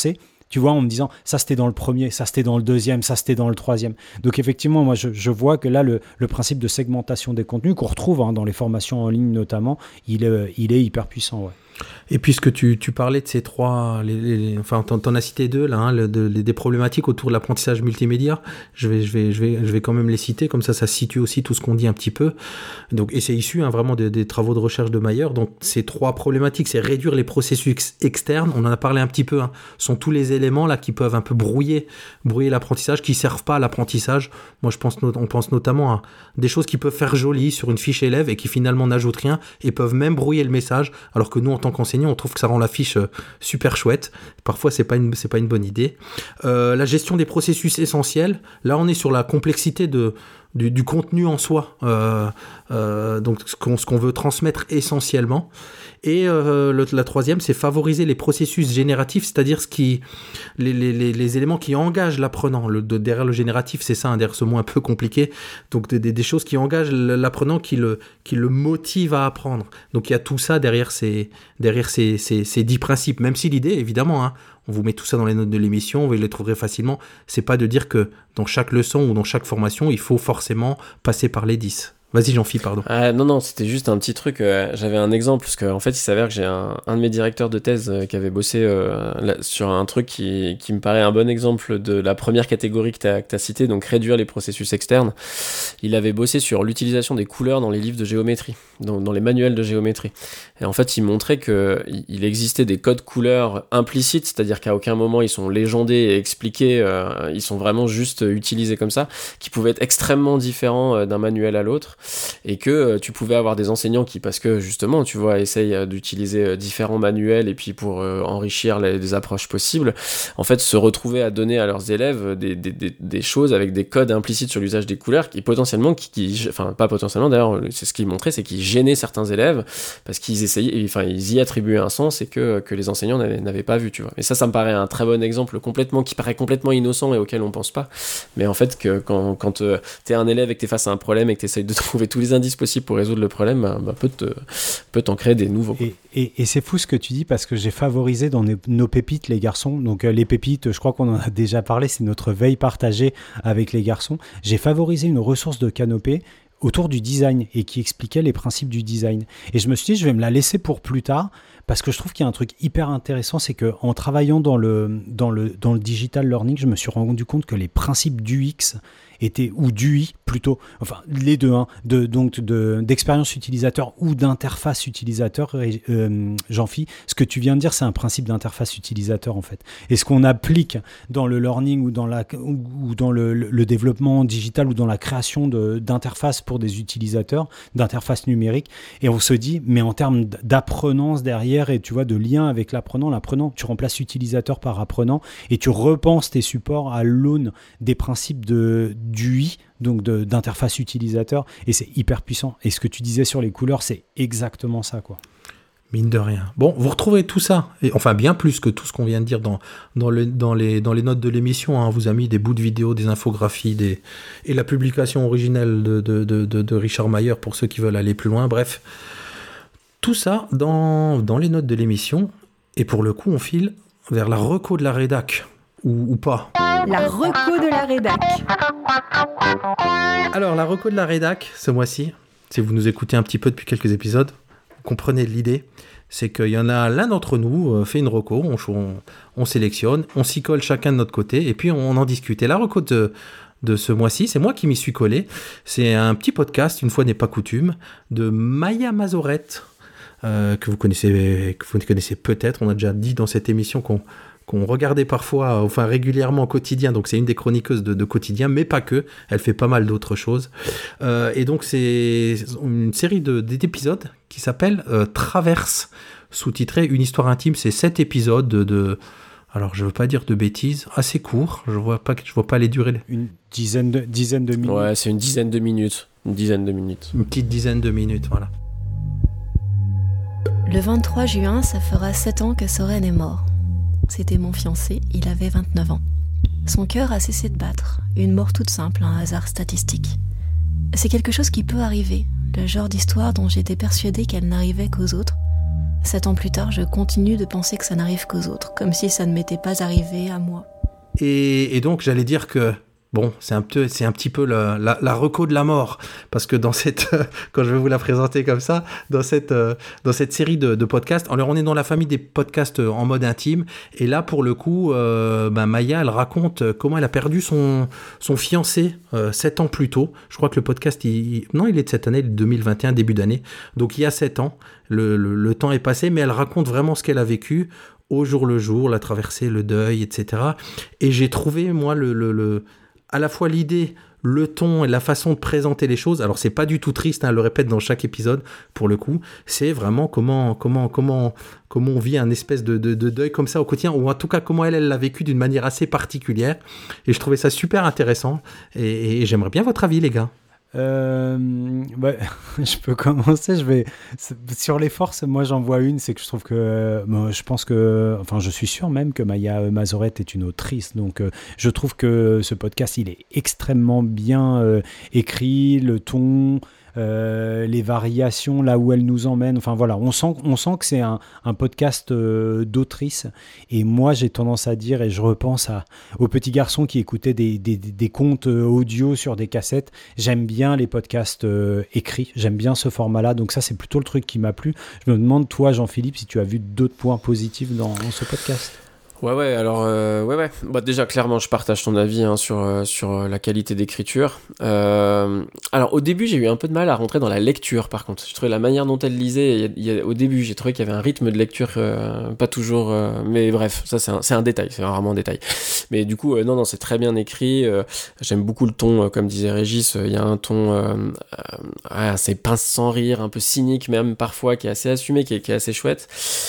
Tu vois, en me disant, ça c'était dans le premier, ça c'était dans le deuxième, ça c'était dans le troisième. Donc effectivement, moi je, je vois que là, le, le principe de segmentation des contenus qu'on retrouve hein, dans les formations en ligne notamment, il est, il est hyper puissant. Ouais. Et puisque tu, tu parlais de ces trois, les, les, enfin t'en, t'en as cité deux là, hein, le, de, les, des problématiques autour de l'apprentissage multimédia, je vais, je vais, je vais, je vais quand même les citer, comme ça, ça situe aussi tout ce qu'on dit un petit peu. Donc, et c'est issu hein, vraiment des, des travaux de recherche de Mayer. Donc, ces trois problématiques, c'est réduire les processus ex- externes. On en a parlé un petit peu. Hein, sont tous les éléments là qui peuvent un peu brouiller, brouiller l'apprentissage, qui servent pas à l'apprentissage. Moi, je pense, on pense notamment à des choses qui peuvent faire joli sur une fiche élève et qui finalement n'ajoutent rien et peuvent même brouiller le message, alors que nous, en tant qu'enseignants, on trouve que ça rend la fiche super chouette. Parfois, c'est pas une, c'est pas une bonne idée. Euh, la gestion des processus essentiels. Là, on est sur la complexité de, du, du contenu en soi. Euh, euh, donc, ce qu'on, ce qu'on veut transmettre essentiellement. Et euh, le, la troisième, c'est favoriser les processus génératifs, c'est-à-dire ce qui, les, les, les, les éléments qui engagent l'apprenant. Le, de, derrière le génératif, c'est ça, hein, derrière ce mot un peu compliqué. Donc des, des, des choses qui engagent l'apprenant, qui le, qui le motivent à apprendre. Donc il y a tout ça derrière ces, derrière ces, ces, ces dix principes. Même si l'idée, évidemment, hein, on vous met tout ça dans les notes de l'émission, vous les trouverez facilement. C'est pas de dire que dans chaque leçon ou dans chaque formation, il faut forcément passer par les dix. Vas-y, Jean-Philippe, pardon. Ah, non, non, c'était juste un petit truc. Euh, j'avais un exemple, parce qu'en fait, il s'avère que j'ai un, un de mes directeurs de thèse euh, qui avait bossé euh, là, sur un truc qui, qui me paraît un bon exemple de la première catégorie que tu as citée, donc réduire les processus externes. Il avait bossé sur l'utilisation des couleurs dans les livres de géométrie, dans, dans les manuels de géométrie. Et en fait, il montrait qu'il existait des codes couleurs implicites, c'est-à-dire qu'à aucun moment ils sont légendés et expliqués, euh, ils sont vraiment juste utilisés comme ça, qui pouvaient être extrêmement différents euh, d'un manuel à l'autre. Et que euh, tu pouvais avoir des enseignants qui, parce que justement, tu vois, essayent euh, d'utiliser euh, différents manuels et puis pour euh, enrichir les, les approches possibles, en fait, se retrouver à donner à leurs élèves des, des, des, des choses avec des codes implicites sur l'usage des couleurs qui potentiellement, qui, qui, enfin pas potentiellement d'ailleurs, c'est ce qu'ils montraient, c'est qu'ils gênaient certains élèves parce qu'ils essayaient, enfin ils y attribuaient un sens et que, que les enseignants n'avaient, n'avaient pas vu, tu vois. Et ça, ça me paraît un très bon exemple complètement, qui paraît complètement innocent et auquel on pense pas. Mais en fait, que quand, quand euh, t'es un élève et que t'es face à un problème et que t'essayes de trouver tous les indices possibles pour résoudre le problème, bah, bah, peut, te, peut t'en créer des nouveaux. Et, et, et c'est fou ce que tu dis, parce que j'ai favorisé dans nos, nos pépites, les garçons. Donc euh, les pépites, je crois qu'on en a déjà parlé, c'est notre veille partagée avec les garçons. J'ai favorisé une ressource de Canopé autour du design et qui expliquait les principes du design. Et je me suis dit, je vais me la laisser pour plus tard, parce que je trouve qu'il y a un truc hyper intéressant, c'est qu'en travaillant dans le, dans, le, dans le digital learning, je me suis rendu compte que les principes d'U X étaient, ou d'U I plutôt, enfin les deux, hein, de, donc de, d'expérience utilisateur ou d'interface utilisateur, euh, Jean-Phi, ce que tu viens de dire, c'est un principe d'interface utilisateur en fait. Et ce qu'on applique dans le learning ou dans, la, ou, ou dans le, le développement digital ou dans la création de, d'interfaces pour des utilisateurs, d'interfaces numériques, et on se dit, mais en termes d'apprenance derrière, et tu vois, de lien avec l'apprenant, l'apprenant, tu remplaces utilisateur par apprenant, et tu repenses tes supports à l'aune des principes de, d'U I, donc de, d'interface utilisateur, et c'est hyper puissant. Et ce que tu disais sur les couleurs, c'est exactement ça, quoi. Mine de rien. Bon, vous retrouvez tout ça, et enfin bien plus que tout ce qu'on vient de dire dans, dans, le, dans, les, dans les notes de l'émission. Hein. On vous a mis des bouts de vidéos, des infographies, des, et la publication originelle de, de, de, de, de Richard Mayer pour ceux qui veulent aller plus loin. Bref, tout ça dans, dans les notes de l'émission. Et pour le coup, on file vers la reco de la rédac. Ou, ou pas. La reco de la rédac. Alors, la reco de la rédac, ce mois-ci, si vous nous écoutez un petit peu depuis quelques épisodes, vous comprenez l'idée, c'est qu'il y en a l'un d'entre nous euh, fait une reco, on, on, on sélectionne, on s'y colle chacun de notre côté, et puis on, on en discute. Et la reco de, de ce mois-ci, c'est moi qui m'y suis collé. C'est un petit podcast, une fois n'est pas coutume, de Maya Mazorette, euh, que vous connaissez, que vous connaissez peut-être. On a déjà dit dans cette émission qu'on qu'on regardait parfois, enfin régulièrement au quotidien, donc c'est une des chroniqueuses de, de quotidien, mais pas que, elle fait pas mal d'autres choses. Euh, et donc c'est une série de, d'épisodes qui s'appelle euh, Traverse, sous-titré Une histoire intime. C'est sept épisodes de, de, alors je veux pas dire de bêtises, assez court, je vois pas, je vois pas les durées. Une dizaine de, dizaine de minutes. Ouais, c'est une dizaine de minutes, une dizaine de minutes. Une petite dizaine de minutes, voilà. Le vingt-trois juin, ça fera sept ans que Soren est mort. C'était mon fiancé, il avait vingt-neuf ans. Son cœur a cessé de battre, une mort toute simple, un hasard statistique. C'est quelque chose qui peut arriver, le genre d'histoire dont j'étais persuadée qu'elle n'arrivait qu'aux autres, Sept ans plus tard, je continue de penser que ça n'arrive qu'aux autres, comme si ça ne m'était pas arrivé à moi. Et, et donc, j'allais dire que, bon, c'est un, peu, c'est un petit peu la, la, la reco de la mort, parce que dans cette, quand je vais vous la présenter comme ça, dans cette, dans cette série de, de podcasts, alors on est dans la famille des podcasts en mode intime, et là, pour le coup, euh, ben Maya, elle raconte comment elle a perdu son, son fiancé euh, sept ans plus tôt. Je crois que le podcast, il, non, il est de cette année, deux mille vingt et un, début d'année, donc il y a sept ans, le, le, le temps est passé, mais elle raconte vraiment ce qu'elle a vécu, au jour le jour, la traversée, le deuil, et cetera. Et j'ai trouvé, moi, le, le, le, à la fois l'idée, le ton et la façon de présenter les choses. Alors, c'est pas du tout triste, hein, elle le répète dans chaque épisode, pour le coup. C'est vraiment comment, comment, comment, comment on vit un espèce de, de, de deuil comme ça au quotidien, ou en tout cas, comment elle, elle l'a vécu d'une manière assez particulière. Et je trouvais ça super intéressant. Et, et j'aimerais bien votre avis, les gars. Euh, bah, je peux commencer. Je vais sur les forces. Moi, j'en vois une, c'est que je trouve que, moi, je pense que, enfin, je suis sûr même que Maya Mazorette est une autrice. Donc, euh, je trouve que ce podcast, il est extrêmement bien euh, écrit, le ton. Euh, les variations là où elle nous emmène, enfin voilà, on sent, on sent que c'est un, un podcast euh, d'autrice. Et moi j'ai tendance à dire, et je repense à, aux petits garçons qui écoutaient des, des, des contes audio sur des cassettes, j'aime bien les podcasts euh, écrits, j'aime bien ce format là, donc ça c'est plutôt le truc qui m'a plu. Je me demande toi Jean-Philippe si tu as vu d'autres points positifs dans, dans ce podcast. Ouais, ouais, alors, euh, ouais, ouais. Bah, déjà, clairement, je partage ton avis hein, sur, euh, sur la qualité d'écriture. Euh, alors, au début, j'ai eu un peu de mal à rentrer dans la lecture, par contre. Je trouvais la manière dont elle lisait, il y a, il y a, au début, j'ai trouvé qu'il y avait un rythme de lecture euh, pas toujours... Euh, mais bref, ça, c'est un, c'est un détail, c'est vraiment un détail. Mais du coup, euh, non, non, c'est très bien écrit. Euh, j'aime beaucoup le ton, euh, comme disait Régis, il euh, y a un ton euh, euh, assez pince sans rire, un peu cynique même, parfois, qui est assez assumé, qui est, qui est assez chouette.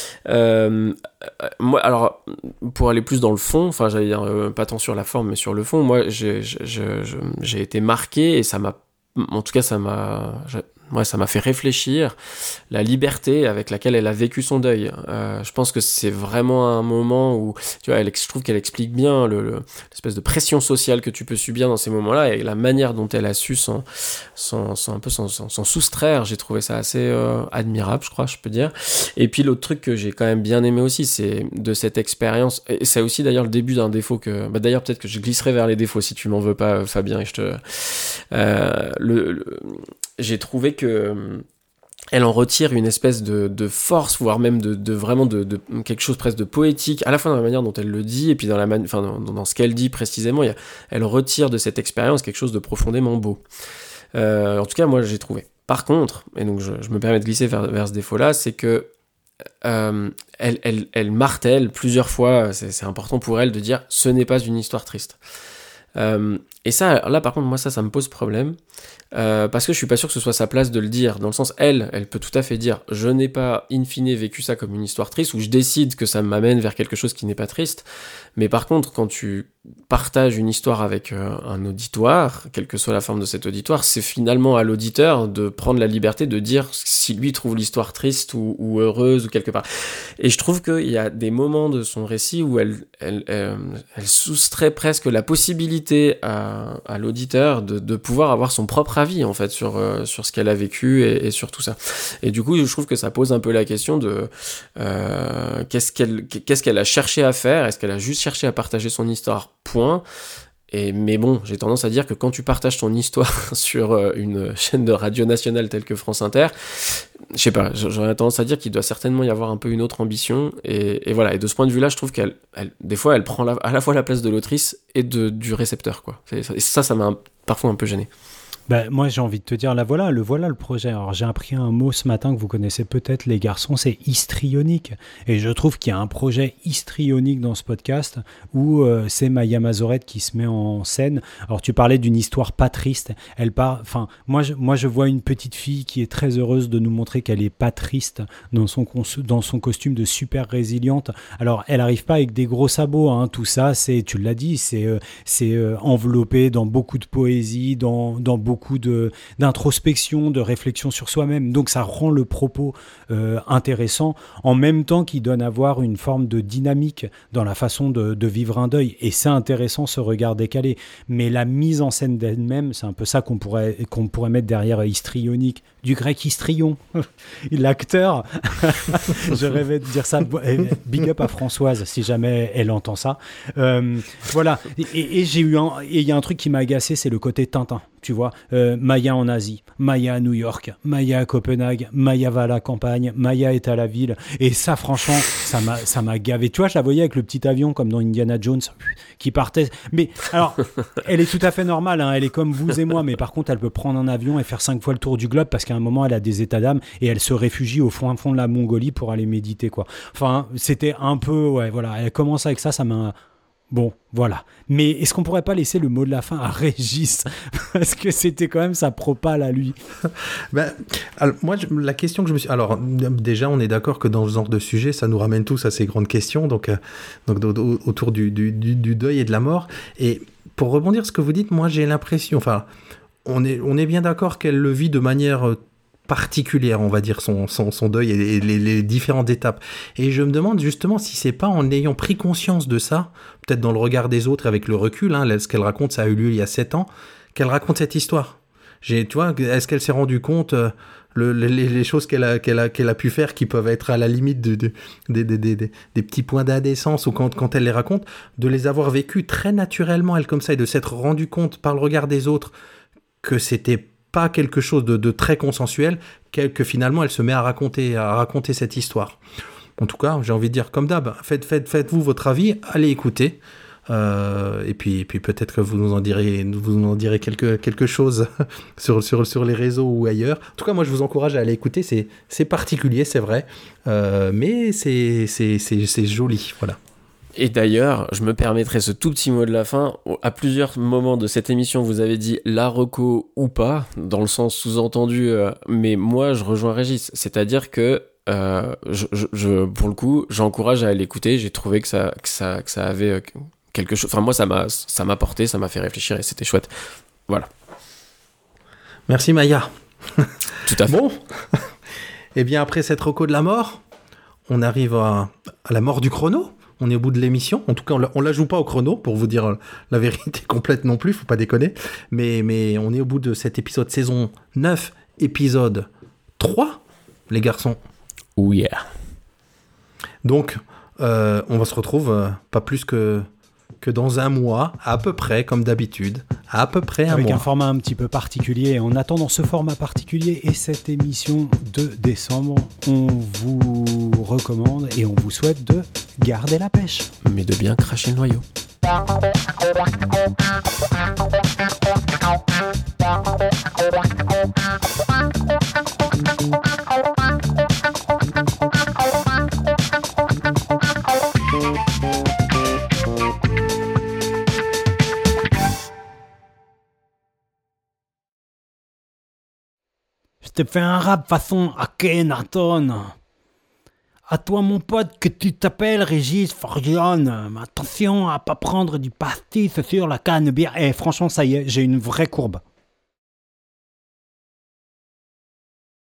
Euh, euh, moi, alors... Pour aller plus dans le fond, enfin j'allais dire euh, pas tant sur la forme mais sur le fond, moi j'ai, j'ai, j'ai, j'ai été marqué et ça m'a, en tout cas ça m'a, ouais, ça m'a fait réfléchir la liberté avec laquelle elle a vécu son deuil. Euh, je pense que c'est vraiment un moment où, tu vois, elle, je trouve qu'elle explique bien le, le, l'espèce de pression sociale que tu peux subir dans ces moments-là et la manière dont elle a su s'en, s'en, s'en, un peu s'en, s'en, s'en soustraire. J'ai trouvé ça assez euh, admirable, je crois, je peux dire. Et puis l'autre truc que j'ai quand même bien aimé aussi, c'est de cette expérience, et c'est aussi d'ailleurs le début d'un défaut que, bah d'ailleurs peut-être que je glisserai vers les défauts si tu m'en veux pas, Fabien, et je te, euh, le, le j'ai trouvé que elle en retire une espèce de, de force, voire même de, de vraiment de, de quelque chose presque de poétique, à la fois dans la manière dont elle le dit et puis dans la man- enfin dans, dans ce qu'elle dit précisément. Il y a, elle retire de cette expérience quelque chose de profondément beau. Euh, en tout cas, moi, j'ai trouvé. Par contre, et donc je, je me permets de glisser vers, vers ce défaut-là, c'est que euh, elle, elle, elle martèle plusieurs fois. C'est, c'est important pour elle de dire ce n'est pas une histoire triste. Euh, et ça, là, par contre, moi, ça, ça me pose problème. Euh, parce que je suis pas sûr que ce soit sa place de le dire, dans le sens, elle, elle peut tout à fait dire je n'ai pas in fine vécu ça comme une histoire triste, ou je décide que ça m'amène vers quelque chose qui n'est pas triste, mais par contre quand tu partages une histoire avec euh, un auditoire, quelle que soit la forme de cet auditoire, c'est finalement à l'auditeur de prendre la liberté de dire si lui trouve l'histoire triste ou, ou heureuse ou quelque part. Et je trouve qu'il y a des moments de son récit où elle, elle, elle, elle soustrait presque la possibilité à, à l'auditeur de, de pouvoir avoir son propre avis en fait sur, euh, sur ce qu'elle a vécu et, et sur tout ça. Et du coup, je trouve que ça pose un peu la question de euh, qu'est-ce qu'elle, qu'est-ce qu'elle a cherché à faire ? Est-ce qu'elle a juste cherché à partager son histoire ? Point. Et, mais bon, j'ai tendance à dire que quand tu partages ton histoire sur euh, une chaîne de radio nationale telle que France Inter, je sais pas, j'aurais tendance à dire qu'il doit certainement y avoir un peu une autre ambition. Et, et voilà. Et de ce point de vue-là, je trouve qu'elle, elle, des fois, elle prend la, à la fois la place de l'autrice et de, du récepteur, quoi. Et ça, ça m'a un, parfois un peu gêné. Ben, moi, j'ai envie de te dire, là, voilà, le voilà le projet. Alors, j'ai appris un mot ce matin que vous connaissez peut-être, les garçons, c'est histrionique. Et je trouve qu'il y a un projet histrionique dans ce podcast où euh, c'est Maya Mazorette qui se met en scène. Alors, tu parlais d'une histoire pas triste. Elle part, enfin, moi, je, moi, je vois une petite fille qui est très heureuse de nous montrer qu'elle est pas triste dans son, cons- dans son costume de super résiliente. Alors, elle arrive pas avec des gros sabots, hein. Tout ça, c'est, tu l'as dit, c'est, euh, c'est euh, enveloppé dans beaucoup de poésie, dans, dans beaucoup beaucoup de, d'introspection, de réflexion sur soi-même. Donc ça rend le propos euh, intéressant, en même temps qu'il donne à voir une forme de dynamique dans la façon de, de vivre un deuil. Et c'est intéressant, ce regard décalé. Mais la mise en scène d'elle-même, c'est un peu ça qu'on pourrait, qu'on pourrait mettre derrière histrionique, du grec histrion. L'acteur, je rêvais de dire ça. Big up à Françoise, si jamais elle entend ça. Euh, voilà. Et, et j'ai eu un, et il y a un truc qui m'a agacé, c'est le côté Tintin. Tu vois, euh, Maya en Asie, Maya à New York, Maya à Copenhague, Maya va à la campagne, Maya est à la ville. Et ça, franchement, ça m'a, ça m'a gavé. Tu vois, je la voyais avec le petit avion comme dans Indiana Jones qui partait. Mais alors, elle est tout à fait normale. Hein, elle est comme vous et moi. Mais par contre, elle peut prendre un avion et faire cinq fois le tour du globe parce qu'à un moment, elle a des états d'âme et elle se réfugie au fond, fond de la Mongolie pour aller méditer, quoi. Enfin, c'était un peu, ouais, voilà. Elle commence avec ça, ça m'a. Bon, voilà. Mais est-ce qu'on pourrait pas laisser le mot de la fin à Régis ? Parce que c'était quand même sa propale à lui. Ben, alors, moi, je, la question que je me suis... Alors, déjà, on est d'accord que dans ce genre de sujet, ça nous ramène tous à ces grandes questions, donc, euh, donc d- d- autour du, du, du, du deuil et de la mort. Et pour rebondir sur ce que vous dites, moi, j'ai l'impression... Enfin, on est, on est bien d'accord qu'elle le vit de manière... Euh, particulière, on va dire, son, son, son deuil et les, les différentes étapes. Et je me demande justement si c'est pas en ayant pris conscience de ça, peut-être dans le regard des autres, avec le recul, hein, ce qu'elle raconte, ça a eu lieu il y a sept ans, qu'elle raconte cette histoire. J'ai, tu vois, est-ce qu'elle s'est rendue compte euh, le, les, les choses qu'elle a, qu'elle, a, qu'elle a pu faire qui peuvent être à la limite de, de, de, de, de, de, des petits points d'indécence, ou quand, quand elle les raconte, de les avoir vécues très naturellement, elle, comme ça, et de s'être rendue compte par le regard des autres que c'était pas quelque chose de, de très consensuel, que, que finalement elle se met à raconter, à raconter cette histoire. En tout cas, j'ai envie de dire comme d'hab, faites, faites, faites-vous votre avis, allez écouter, euh, et puis, et puis peut-être que vous nous en direz, vous nous en direz quelque, quelque chose sur, sur, sur les réseaux ou ailleurs. En tout cas, moi je vous encourage à aller écouter, c'est, c'est particulier, c'est vrai, euh, mais c'est, c'est, c'est, c'est joli, voilà. Et d'ailleurs, je me permettrai ce tout petit mot de la fin. À plusieurs moments de cette émission, vous avez dit la reco ou pas, dans le sens sous-entendu, euh, mais moi, je rejoins Régis. C'est-à-dire que, euh, je, je, je, pour le coup, j'encourage à aller l'écouter. J'ai trouvé que ça, que ça, que ça avait quelque chose... Enfin, moi, ça m'a, ça m'a porté, ça m'a fait réfléchir et c'était chouette. Voilà. Merci, Maya. Tout à fait. Bon. Eh bien, après cette reco de la mort, on arrive à, à la mort du chrono. On est au bout de l'émission. En tout cas, on la, on la joue pas au chrono, pour vous dire la vérité complète non plus, faut pas déconner. Mais, mais on est au bout de cet épisode saison neuf, épisode trois, les garçons. Oh yeah. Donc, euh, on va se retrouve euh, pas plus que, que dans un mois, à peu près, comme d'habitude. À peu près un Avec mois. un format un petit peu particulier. En attendant ce format particulier et cette émission de décembre, on vous recommande et on vous souhaite de garder la pêche. Mais de bien cracher le noyau. Je te fais un rap façon Akhenaton. À toi mon pote que tu t'appelles Régis Forgione. Mais attention à pas prendre du pastis sur la canne bière. Eh franchement ça y est, j'ai une vraie courbe.